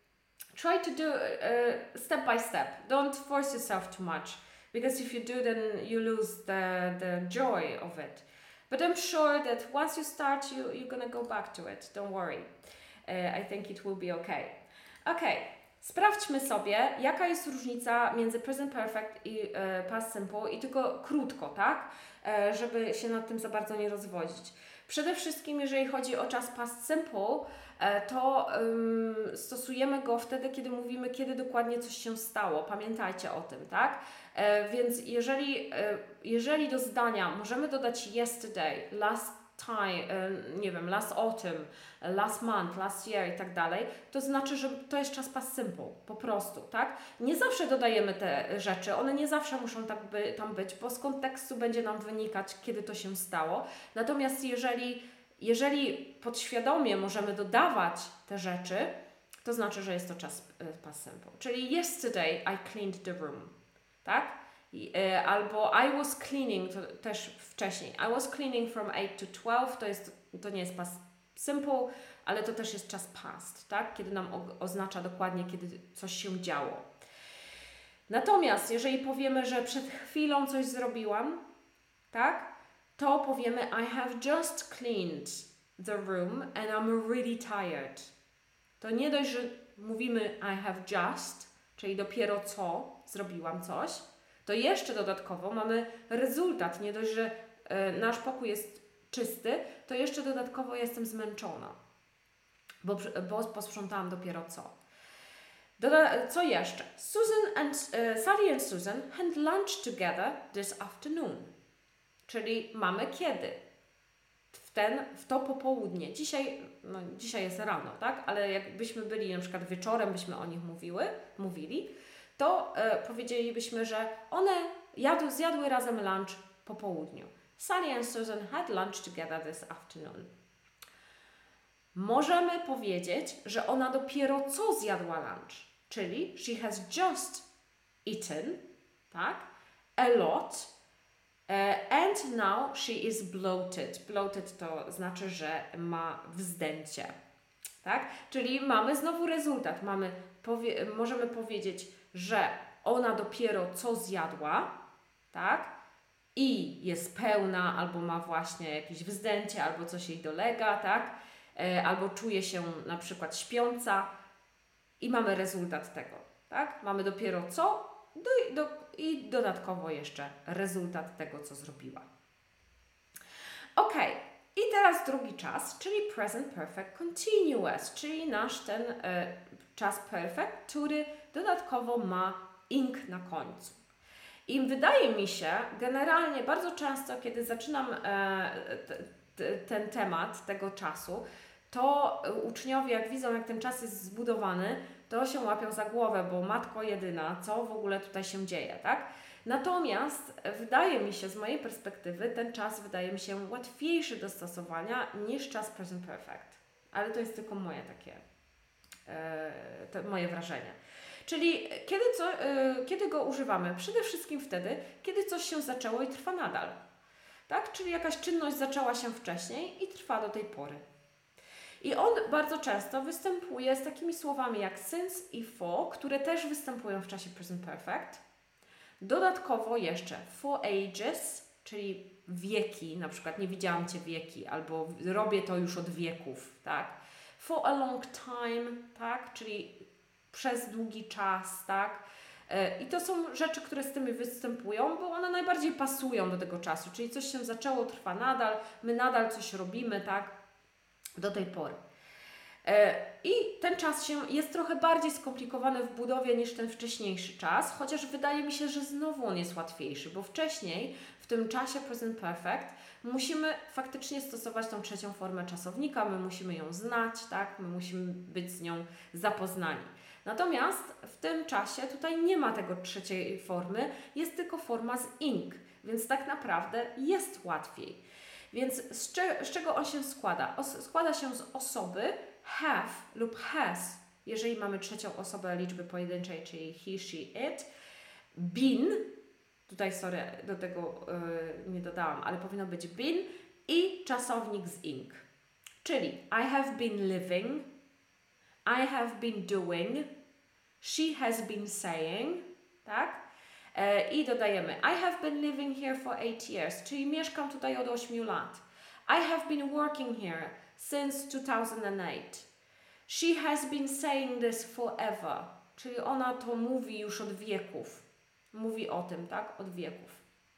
try to do uh, step by step. Don't force yourself too much, because if you do, then you lose the, the joy of it. But I'm sure that once you start, you, you're gonna go back to it. Don't worry. Uh, I think it will be okay. Okay, sprawdźmy sobie, jaka jest różnica między present perfect i e, past simple, i tylko krótko, tak? E, żeby się nad tym za bardzo nie rozwodzić. Przede wszystkim, jeżeli chodzi o czas past simple, e, to ym, stosujemy go wtedy, kiedy mówimy, kiedy dokładnie coś się stało. Pamiętajcie o tym, tak? E, więc jeżeli, e, jeżeli do zdania możemy dodać yesterday, last time, nie wiem, last autumn, last month, last year i tak dalej, to znaczy, że to jest czas past simple, po prostu, tak? Nie zawsze dodajemy te rzeczy, one nie zawsze muszą tak by, tam być, bo z kontekstu będzie nam wynikać, kiedy to się stało. Natomiast jeżeli, jeżeli podświadomie możemy dodawać te rzeczy, to znaczy, że jest to czas past simple. Czyli yesterday I cleaned the room, tak? Albo I was cleaning, to też wcześniej. I was cleaning from eight to twelve, to, jest, to nie jest past simple, ale to też jest czas past, tak? Kiedy nam o, oznacza dokładnie, kiedy coś się działo. Natomiast jeżeli powiemy, że przed chwilą coś zrobiłam, tak? To powiemy I have just cleaned the room and I'm really tired. To nie dość, że mówimy I have just, czyli dopiero co zrobiłam coś, to jeszcze dodatkowo mamy rezultat. Nie dość, że e, nasz pokój jest czysty, to jeszcze dodatkowo jestem zmęczona, bo, bo posprzątałam dopiero co. Doda co jeszcze? Susan and, uh, Sally and Susan had lunch together this afternoon. Czyli mamy kiedy? W, ten, w to popołudnie. Dzisiaj, no, dzisiaj jest rano, tak? Ale jakbyśmy byli na przykład wieczorem, byśmy o nich mówiły, mówili, to e, powiedzielibyśmy, że one jadły, zjadły razem lunch po południu. Sally and Susan had lunch together this afternoon. Możemy powiedzieć, że ona dopiero co zjadła lunch, czyli she has just eaten, tak, a lot, uh, and now she is bloated. Bloated to znaczy, że ma wzdęcie, tak? Czyli mamy znowu rezultat. Mamy powie możemy powiedzieć, że ona dopiero co zjadła, tak? I jest pełna, albo ma właśnie jakieś wzdęcie, albo coś jej dolega, tak? E, albo czuje się na przykład śpiąca i mamy rezultat tego, tak? Mamy dopiero co do, do, i dodatkowo jeszcze rezultat tego, co zrobiła. Ok, i teraz drugi czas, czyli present perfect continuous, czyli nasz ten e, czas perfect, który dodatkowo ma ing na końcu. I wydaje mi się, generalnie bardzo często, kiedy zaczynam e, t, t, ten temat tego czasu, to uczniowie, jak widzą, jak ten czas jest zbudowany, to się łapią za głowę, bo matko jedyna, co w ogóle tutaj się dzieje, tak? Natomiast wydaje mi się, z mojej perspektywy, ten czas wydaje mi się łatwiejszy do stosowania niż czas present perfect. Ale to jest tylko moje takie, e, to moje wrażenie. Czyli kiedy, co, yy, kiedy go używamy? Przede wszystkim wtedy, kiedy coś się zaczęło i trwa nadal. Tak? Czyli jakaś czynność zaczęła się wcześniej i trwa do tej pory. I on bardzo często występuje z takimi słowami jak since i for, które też występują w czasie present perfect. Dodatkowo jeszcze for ages, czyli wieki, na przykład nie widziałam Cię wieki, albo robię to już od wieków, tak? For a long time, tak? Czyli przez długi czas, tak? I to są rzeczy, które z tymi występują, bo one najbardziej pasują do tego czasu, czyli coś się zaczęło, trwa nadal, my nadal coś robimy, tak? Do tej pory. I ten czas się jest trochę bardziej skomplikowany w budowie niż ten wcześniejszy czas, chociaż wydaje mi się, że znowu on jest łatwiejszy, bo wcześniej w tym czasie present perfect musimy faktycznie stosować tą trzecią formę czasownika, my musimy ją znać, tak? My musimy być z nią zapoznani. Natomiast w tym czasie tutaj nie ma tego trzeciej formy, jest tylko forma z ing, więc tak naprawdę jest łatwiej. Więc z, cze z czego on się składa? Os składa się z osoby have lub has, jeżeli mamy trzecią osobę liczby pojedynczej, czyli he, she, it, been, tutaj sorry, do tego yy, nie dodałam, ale powinno być been i czasownik z ing. Czyli I have been living, I have been doing, she has been saying, tak? I dodajemy I have been living here for eight years, czyli mieszkam tutaj od ośmiu lat. I have been working here since two thousand eight. She has been saying this forever, czyli ona to mówi już od wieków. Mówi o tym, tak? Od wieków.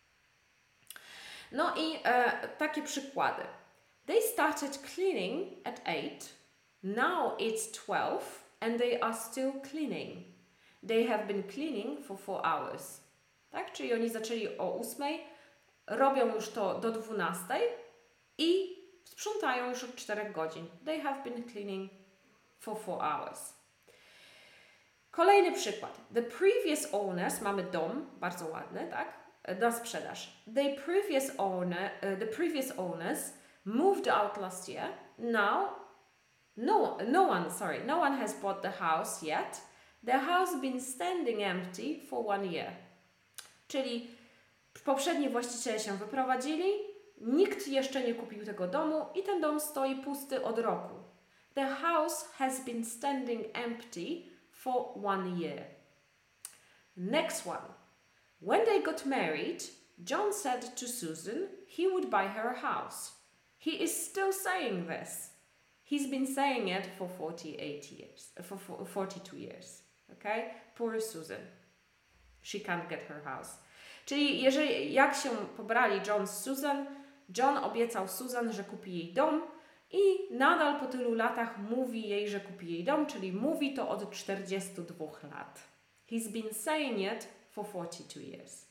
No i e, takie przykłady. They started cleaning at eight, now it's twelve and they are still cleaning. They have been cleaning for four hours. Tak? Czyli oni zaczęli o ósmej, robią już to do dwunastej i sprzątają już od czterech godzin. They have been cleaning for four hours. Kolejny przykład. The previous owners, mamy dom, bardzo ładny, tak? Na sprzedaż. The previous owner, uh, the previous owners moved out last year. Now, no, no one, sorry, no one has bought the house yet. The house has been standing empty for one year. Czyli poprzedni właściciele się wyprowadzili, nikt jeszcze nie kupił tego domu i ten dom stoi pusty od roku. The house has been standing empty for one year. Next one. When they got married, John said to Susan he would buy her a house. He is still saying this. He's been saying it for forty-eight years, for forty-two years. Okay? Poor Susan. She can't get her house. Czyli jeżeli, jak się pobrali John z Susan, John obiecał Susan, że kupi jej dom i nadal po tylu latach mówi jej, że kupi jej dom, czyli mówi to od czterdziestu dwóch lat. He's been saying it for forty-two years.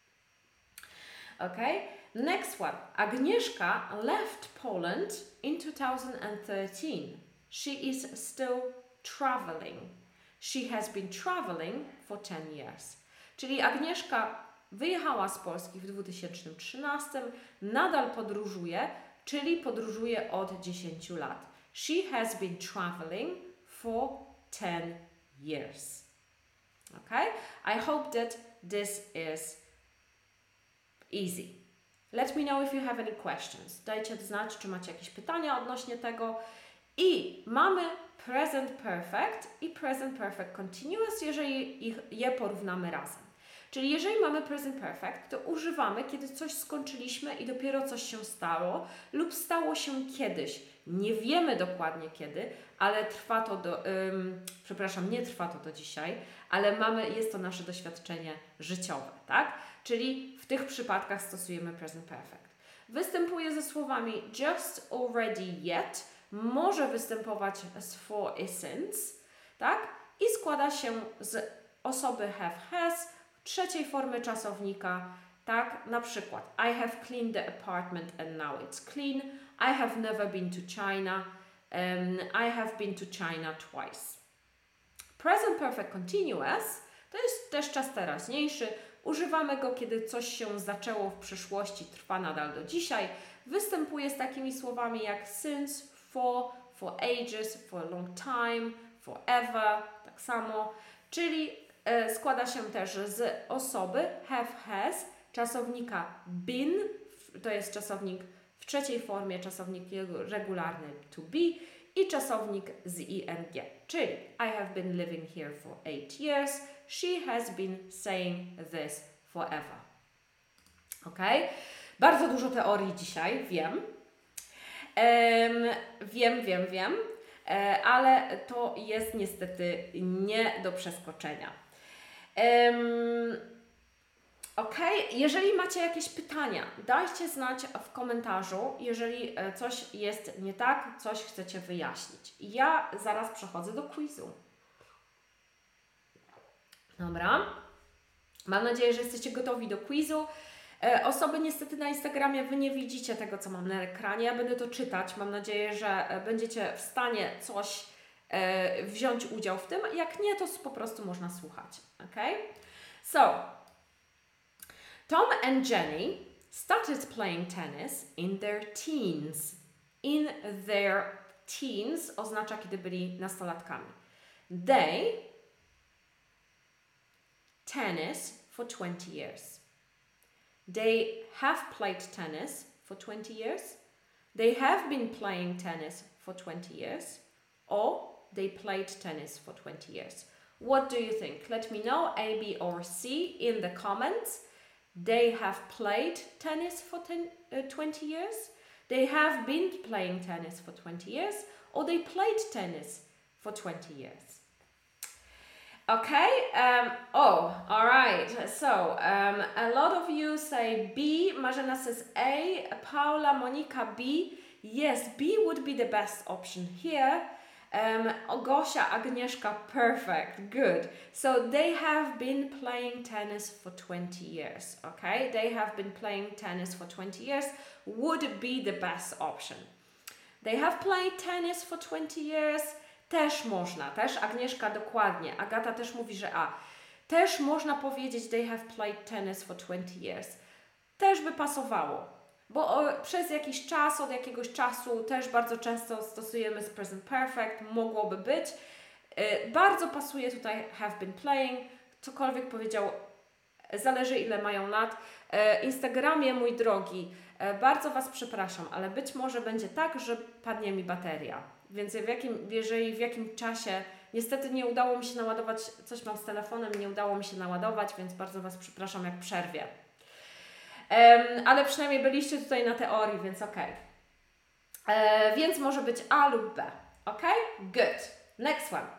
Okay? Next one. Agnieszka left Poland in two thousand thirteen. She is still traveling. She has been traveling for ten years. Czyli Agnieszka wyjechała z Polski w dwa tysiące trzynastym, nadal podróżuje, czyli podróżuje od dziesięciu lat. She has been traveling for ten years. Okay? I hope that this is easy. Let me know if you have any questions. Dajcie znać, czy macie jakieś pytania odnośnie tego. I mamy present perfect i present perfect continuous, jeżeli ich, je porównamy razem. Czyli jeżeli mamy present perfect, to używamy, kiedy coś skończyliśmy i dopiero coś się stało lub stało się kiedyś. Nie wiemy dokładnie kiedy, ale trwa to do, ym, przepraszam, nie trwa to do dzisiaj, ale mamy, jest to nasze doświadczenie życiowe, tak? Czyli w tych przypadkach stosujemy present perfect. Występuje ze słowami just, already, yet, może występować z for i since, tak? I składa się z osoby have, has, trzeciej formy czasownika, tak? Na przykład I have cleaned the apartment and now it's clean. I have never been to China. Um, I have been to China twice. Present perfect continuous to jest też czas teraźniejszy. Używamy go, kiedy coś się zaczęło w przeszłości, trwa nadal do dzisiaj. Występuje z takimi słowami jak since, for, for ages, for a long time, forever, tak samo. Czyli e, składa się też z osoby have, has, czasownika been, to jest czasownik w trzeciej formie, czasownik regularny to be i czasownik z ing. Czyli I have been living here for eight years. She has been saying this forever. Ok? Bardzo dużo teorii dzisiaj, wiem. Um, wiem, wiem, wiem, e, ale to jest niestety nie do przeskoczenia. Um, ok, jeżeli macie jakieś pytania, dajcie znać w komentarzu, jeżeli coś jest nie tak, coś chcecie wyjaśnić. Ja zaraz przechodzę do quizu. Dobra. Mam nadzieję, że jesteście gotowi do quizu. E, osoby niestety na Instagramie, Wy nie widzicie tego, co mam na ekranie. Ja będę to czytać. Mam nadzieję, że będziecie w stanie coś e, wziąć udział w tym. Jak nie, to po prostu można słuchać. Okay? So, Tom and Jenny started playing tennis in their teens. In their teens oznacza, kiedy byli nastolatkami. They tennis for twenty years. They have played tennis for twenty years. They have been playing tennis for twenty years. Or they played tennis for twenty years. What do you think? Let me know, A, B or C in the comments. They have played tennis for ten, uh, twenty years. They have been playing tennis for twenty years. Or they played tennis for twenty years. Okay, um, oh, all right. So, um, a lot of you say B, Marzena says A, Paula, Monica B. Yes, B would be the best option here. Um, Gosia, Agnieszka, perfect, good. So, they have been playing tennis for twenty years, okay? They have been playing tennis for twenty years would be the best option. They have played tennis for twenty years. Też można, też Agnieszka dokładnie, Agata też mówi, że A. Też można powiedzieć they have played tennis for twenty years. Też by pasowało, bo o, przez jakiś czas, od jakiegoś czasu też bardzo często stosujemy z present perfect, mogłoby być. Yy, bardzo pasuje tutaj have been playing, cokolwiek powiedział, zależy ile mają lat. Yy, Instagramie, mój drogi, yy, bardzo Was przepraszam, ale być może będzie tak, że padnie mi bateria. Więc w jakim, jeżeli w jakim czasie, niestety nie udało mi się naładować, coś mam z telefonem, nie udało mi się naładować, więc bardzo Was przepraszam, jak przerwie. Um, ale przynajmniej byliście tutaj na teorii, więc okej. Okay. E, więc może być A lub B. Ok? Good. Next one.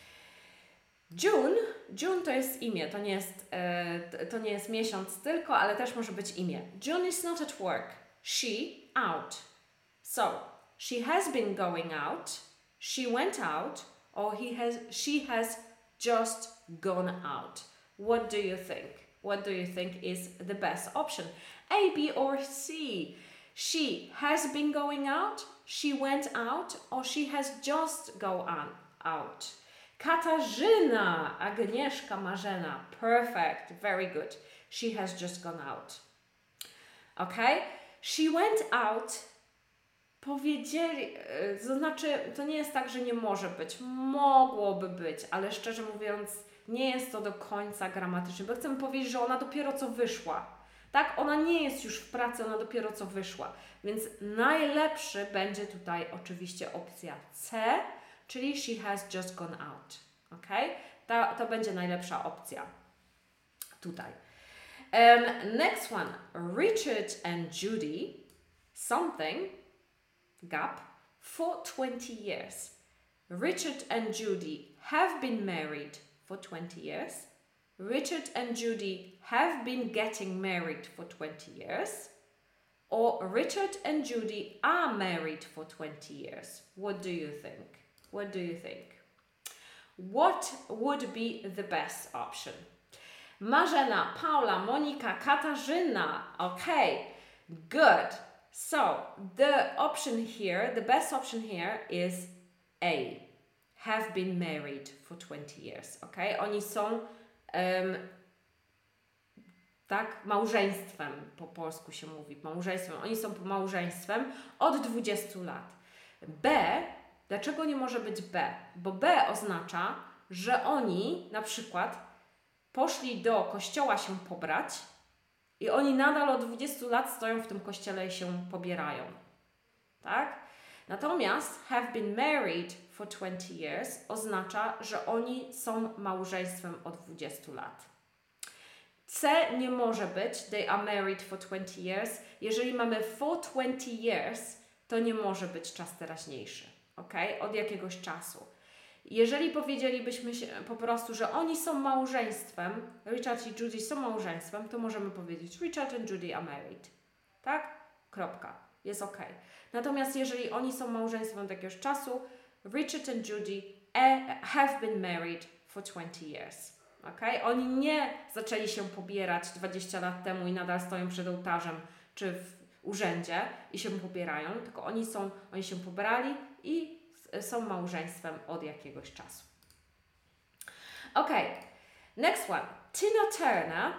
June. June to jest imię, to nie jest, e, to nie jest miesiąc tylko, ale też może być imię. June is not at work. She out. So, she has been going out, she went out, or he has, she has just gone out. What do you think? What do you think is the best option? A, B or C? She has been going out, she went out, or she has just gone out. Katarzyna, Agnieszka, Marzena. Perfect, very good. She has just gone out. Okay? She went out. Powiedzieli, to znaczy, to nie jest tak, że nie może być. Mogłoby być, ale szczerze mówiąc, nie jest to do końca gramatyczne, bo chcę powiedzieć, że ona dopiero co wyszła. Tak? Ona nie jest już w pracy, ona dopiero co wyszła. Więc najlepszy będzie tutaj oczywiście opcja C, czyli she has just gone out. Ok? To, to będzie najlepsza opcja tutaj. Um, next one. Richard and Judy, something, gap, for twenty years. Richard and Judy have been married for twenty years. Richard and Judy have been getting married for twenty years. Or Richard and Judy are married for twenty years. What do you think? What do you think? What would be the best option? Marzena, Paula, Monika, Katarzyna. Okay, good. So, the option here, the best option here is A. Have been married for twenty years. Okay? Oni są um, tak, małżeństwem, po polsku się mówi, małżeństwem. Oni są małżeństwem od dwudziestu lat. B, dlaczego nie może być B? Bo B oznacza, że oni na przykład poszli do kościoła się pobrać i oni nadal od dwudziestu lat stoją w tym kościele i się pobierają. Tak? Natomiast have been married for twenty years oznacza, że oni są małżeństwem od dwudziestu lat. C nie może być they are married for twenty years. Jeżeli mamy for twenty years, to nie może być czas teraźniejszy. Ok? Od jakiegoś czasu. Jeżeli powiedzielibyśmy się po prostu, że oni są małżeństwem, Richard i Judy są małżeństwem, to możemy powiedzieć Richard and Judy are married. Tak? Kropka. Jest ok. Natomiast jeżeli oni są małżeństwem od jakiegoś czasu, Richard and Judy have been married for twenty years. Okay? Oni nie zaczęli się pobierać dwadzieścia lat temu i nadal stoją przed ołtarzem czy w urzędzie i się pobierają, tylko oni, są, oni się pobrali i są małżeństwem od jakiegoś czasu. Ok, next one. Tina Turner,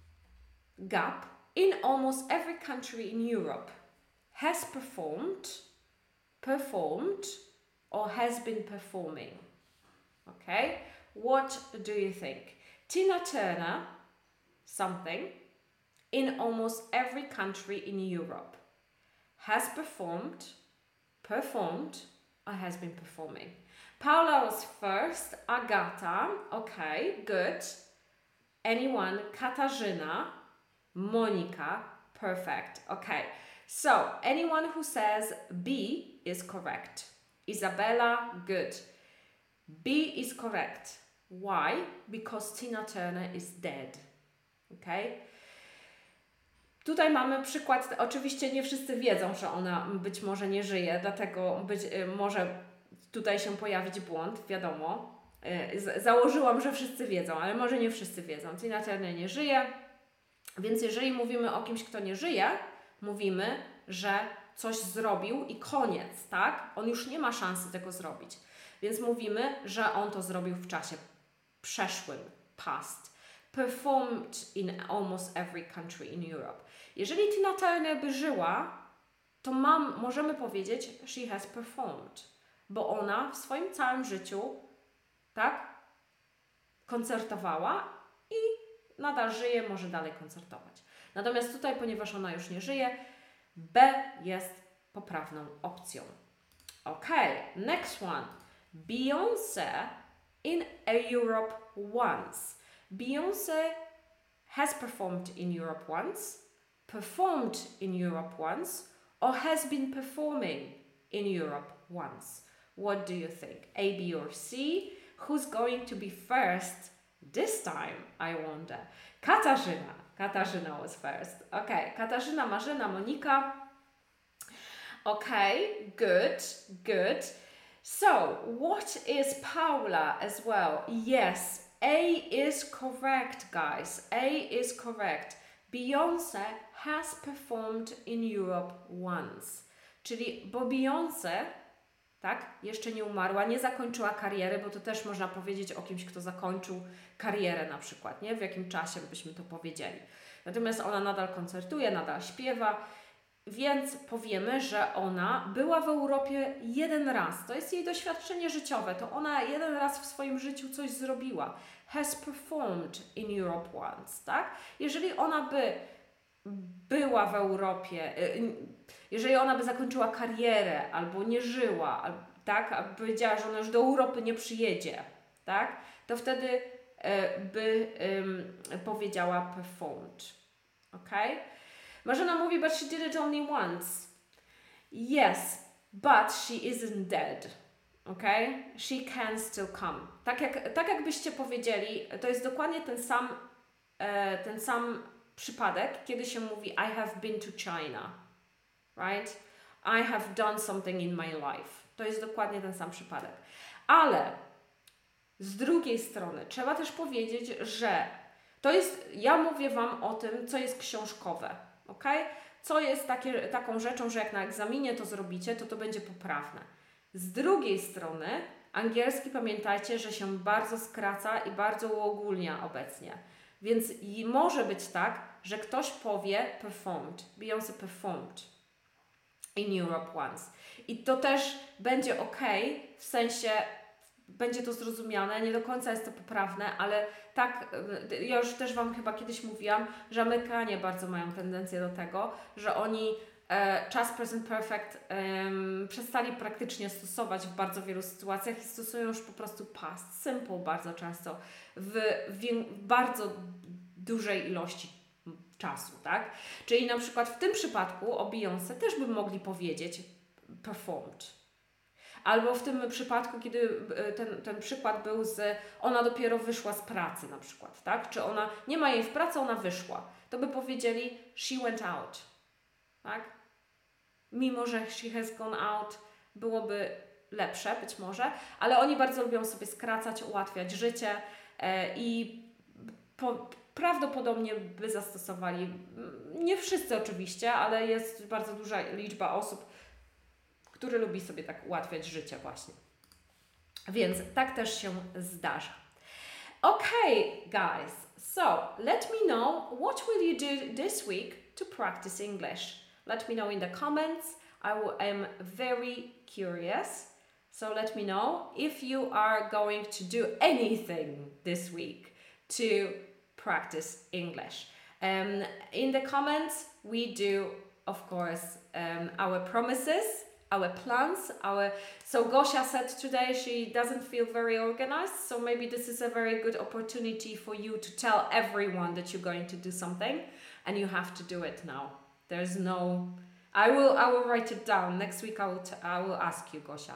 Gap, in almost every country in Europe, has performed, performed, or has been performing. Okay, what do you think? Tina Turner, something, in almost every country in Europe, has performed, performed, or has been performing. Paula was first. Agata, okay, good. Anyone? Katarzyna, Monica, perfect. Okay, so anyone who says B is correct. Isabella, good. B is correct. Why? Because Tina Turner is dead. Okay? Tutaj mamy przykład, oczywiście nie wszyscy wiedzą, że ona być może nie żyje, dlatego być, może tutaj się pojawić błąd, wiadomo. Z, założyłam, że wszyscy wiedzą, ale może nie wszyscy wiedzą. Tina Turner nie żyje, więc jeżeli mówimy o kimś, kto nie żyje, mówimy, że coś zrobił i koniec, tak? On już nie ma szansy tego zrobić. Więc mówimy, że on to zrobił w czasie przeszłym, past. Performed in almost every country in Europe. Jeżeli Tina Turner by żyła, to mam, możemy powiedzieć she has performed, bo ona w swoim całym życiu, tak, koncertowała i nadal żyje, może dalej koncertować. Natomiast tutaj, ponieważ ona już nie żyje, B jest poprawną opcją. Ok, next one. Beyoncé in Europe once. Beyoncé has performed in Europe once, performed in Europe once, or has been performing in Europe once. What do you think? A, B, or C? Who's going to be first this time, I wonder? Katarzyna. Katarzyna was first. Okay, Katarzyna, Marzyna, Monika. Okay, good, good. So, what is Paula as well? Yes, A is correct, guys. A is correct. Beyoncé has performed in Europe once. Czyli, bo Beyoncé, tak, jeszcze nie umarła, nie zakończyła kariery, bo to też można powiedzieć o kimś, kto zakończył karierę na przykład, nie? W jakim czasie byśmy to powiedzieli. Natomiast ona nadal koncertuje, nadal śpiewa, więc powiemy, że ona była w Europie jeden raz. To jest jej doświadczenie życiowe. To ona jeden raz w swoim życiu coś zrobiła. Has performed in Europe once, tak? Jeżeli ona by była w Europie, jeżeli ona by zakończyła karierę albo nie żyła, tak? A powiedziała, że ona już do Europy nie przyjedzie, tak? To wtedy by um, powiedziała performed. Okay? Marzena mówi, but she did it only once. Yes, but she isn't dead. Okay? She can still come. Tak, jak, tak jakbyście powiedzieli, to jest dokładnie ten sam, e, ten sam przypadek, kiedy się mówi I have been to China. Right? I have done something in my life. To jest dokładnie ten sam przypadek. Ale z drugiej strony trzeba też powiedzieć, że to jest, ja mówię Wam o tym, co jest książkowe. Okay? Co jest takie, taką rzeczą, że jak na egzaminie to zrobicie, to to będzie poprawne. Z drugiej strony angielski, pamiętajcie, że się bardzo skraca i bardzo uogólnia obecnie. Więc i może być tak, że ktoś powie performed, Beyoncé performed in Europe once. I to też będzie ok, w sensie będzie to zrozumiane, nie do końca jest to poprawne, ale tak, ja już też Wam chyba kiedyś mówiłam, że Amerykanie bardzo mają tendencję do tego, że oni e, czas present perfect em, przestali praktycznie stosować w bardzo wielu sytuacjach i stosują już po prostu past simple bardzo często w, wię- w bardzo dużej ilości czasu, tak? Czyli na przykład w tym przypadku o Beyoncé też by mogli powiedzieć performed. Albo w tym przypadku, kiedy ten, ten przykład był z ona dopiero wyszła z pracy na przykład, tak? Czy ona nie ma jej w pracy, ona wyszła. To by powiedzieli she went out, tak? Mimo, że she has gone out byłoby lepsze być może, ale oni bardzo lubią sobie skracać, ułatwiać życie e, i po, prawdopodobnie by zastosowali, nie wszyscy oczywiście, ale jest bardzo duża liczba osób, który lubi sobie tak ułatwiać życie właśnie. Więc tak też się zdarza. Okay, guys. So, let me know what will you do this week to practice English. Let me know in the comments. I am very curious. So let me know if you are going to do anything this week to practice English. Um, in the comments, we do, of course, um, our promises, our plans, our so Gosia said today she doesn't feel very organized, so maybe this is a very good opportunity for you to tell everyone that you're going to do something and you have to do it now. There's no I will I will write it down. Next week I will t- I will ask you, Gosia.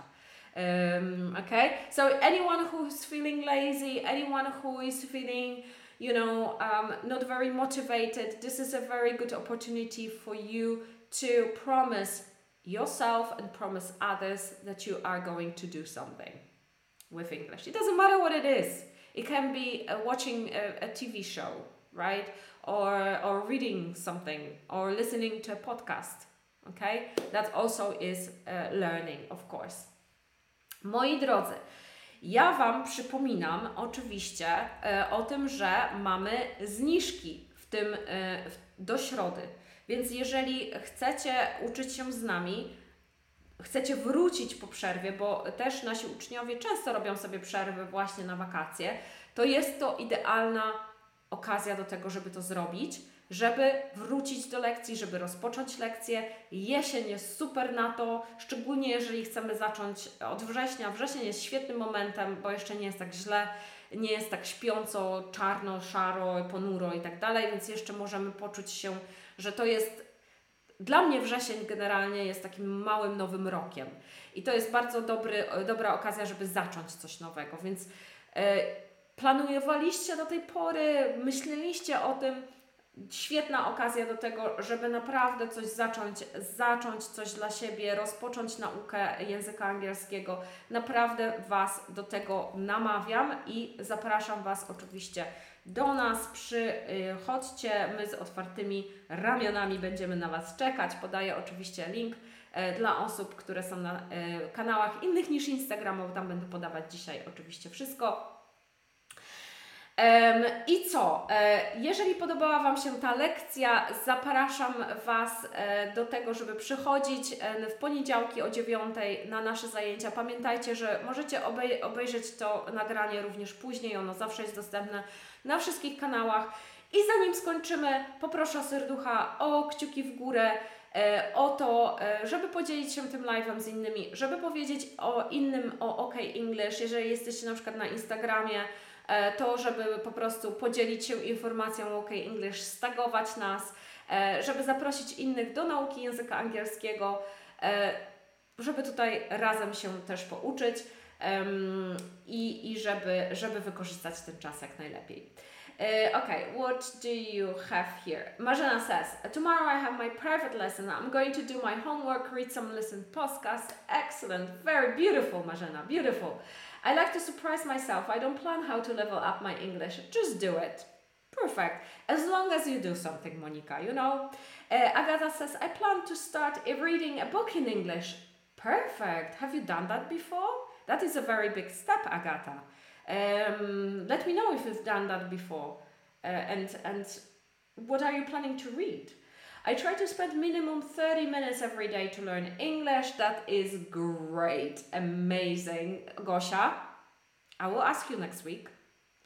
Um, okay? So anyone who's feeling lazy, anyone who is feeling you know, um, not very motivated, this is a very good opportunity for you to promise yourself and promise others that you are going to do something with English. It doesn't matter what it is. It can be uh, watching a, a T V show, right? Or, or reading something or listening to a podcast, okay? That also is uh, learning, of course. Moi drodzy, ja Wam przypominam oczywiście e, o tym, że mamy zniżki w tym e, w, do środy. Więc jeżeli chcecie uczyć się z nami, chcecie wrócić po przerwie, bo też nasi uczniowie często robią sobie przerwy właśnie na wakacje, to jest to idealna okazja do tego, żeby to zrobić, żeby wrócić do lekcji, żeby rozpocząć lekcję. Jesień jest super na to, szczególnie jeżeli chcemy zacząć od września. Wrzesień jest świetnym momentem, bo jeszcze nie jest tak źle, nie jest tak śpiąco, czarno, szaro, ponuro i tak dalej, więc jeszcze możemy poczuć się, że to jest, dla mnie wrzesień generalnie jest takim małym nowym rokiem i to jest bardzo dobry, dobra okazja, żeby zacząć coś nowego, więc yy, planowaliście do tej pory, myśleliście o tym, świetna okazja do tego, żeby naprawdę coś zacząć, zacząć coś dla siebie, rozpocząć naukę języka angielskiego. Naprawdę Was do tego namawiam i zapraszam Was oczywiście do nas. Przychodźcie, my z otwartymi ramionami będziemy na Was czekać. Podaję oczywiście link e, dla osób, które są na e, kanałach innych niż Instagramowy. Tam będę podawać dzisiaj oczywiście wszystko. Um, I co? E, jeżeli podobała Wam się ta lekcja, zapraszam Was e, do tego, żeby przychodzić e, w poniedziałki o dziewiątej na nasze zajęcia. Pamiętajcie, że możecie obej- obejrzeć to nagranie również później, ono zawsze jest dostępne na wszystkich kanałach. I zanim skończymy, poproszę o serducha, o kciuki w górę, e, o to, e, żeby podzielić się tym live'em z innymi, żeby powiedzieć o innym, o OK English, jeżeli jesteście na przykład na Instagramie, to żeby po prostu podzielić się informacją o OK English, stagować nas, żeby zaprosić innych do nauki języka angielskiego, żeby tutaj razem się też pouczyć i, i żeby, żeby wykorzystać ten czas jak najlepiej. Uh, okay, what do you have here? Marzena says, tomorrow I have my private lesson. I'm going to do my homework, read some listen podcast. Excellent, very beautiful, Marzena, beautiful. I like to surprise myself. I don't plan how to level up my English. Just do it. Perfect. As long as you do something, Monica, you know. Uh, Agatha says, I plan to start reading a book in English. Perfect. Have you done that before? That is a very big step, Agatha. Um, let me know if you've done that before. Uh, and, and what are you planning to read? I try to spend minimum thirty minutes every day to learn English. That is great. Amazing. Gosia, I will ask you next week.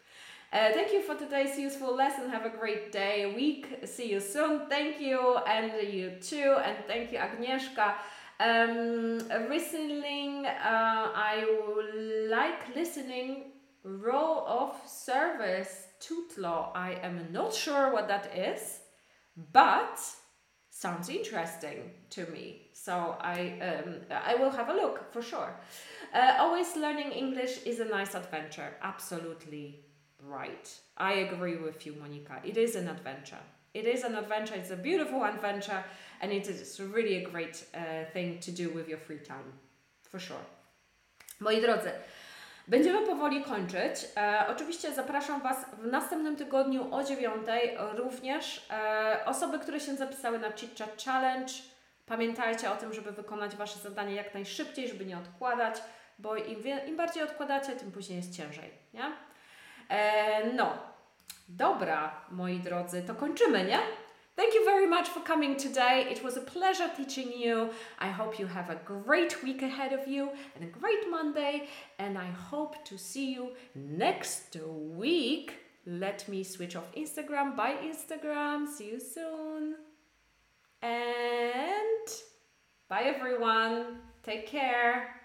Uh, thank you for today's useful lesson. Have a great day, week. See you soon. Thank you, and you too. And thank you, Agnieszka. Um, listening, uh, I like listening role of service tutlo. I am not sure what that is, but sounds interesting to me. So I um, I will have a look for sure. Uh, always learning English is a nice adventure. Absolutely right. I agree with you, Monica. It is an adventure. It is an adventure. It's a beautiful adventure, and it is really a great uh, thing to do with your free time. For sure. Moi drodzy, będziemy powoli kończyć. E, oczywiście zapraszam Was w następnym tygodniu o dziewiątej również. E, osoby, które się zapisały na Chit Chat Challenge, pamiętajcie o tym, żeby wykonać Wasze zadanie jak najszybciej, żeby nie odkładać, bo im, wie, im bardziej odkładacie, tym później jest ciężej, nie? E, no, dobra, moi drodzy, to kończymy, nie? Thank you very much for coming today. It was a pleasure teaching you. I hope you have a great week ahead of you and a great Monday. And I hope to see you next week. Let me switch off Instagram. Bye, Instagram. See you soon. And bye, everyone. Take care.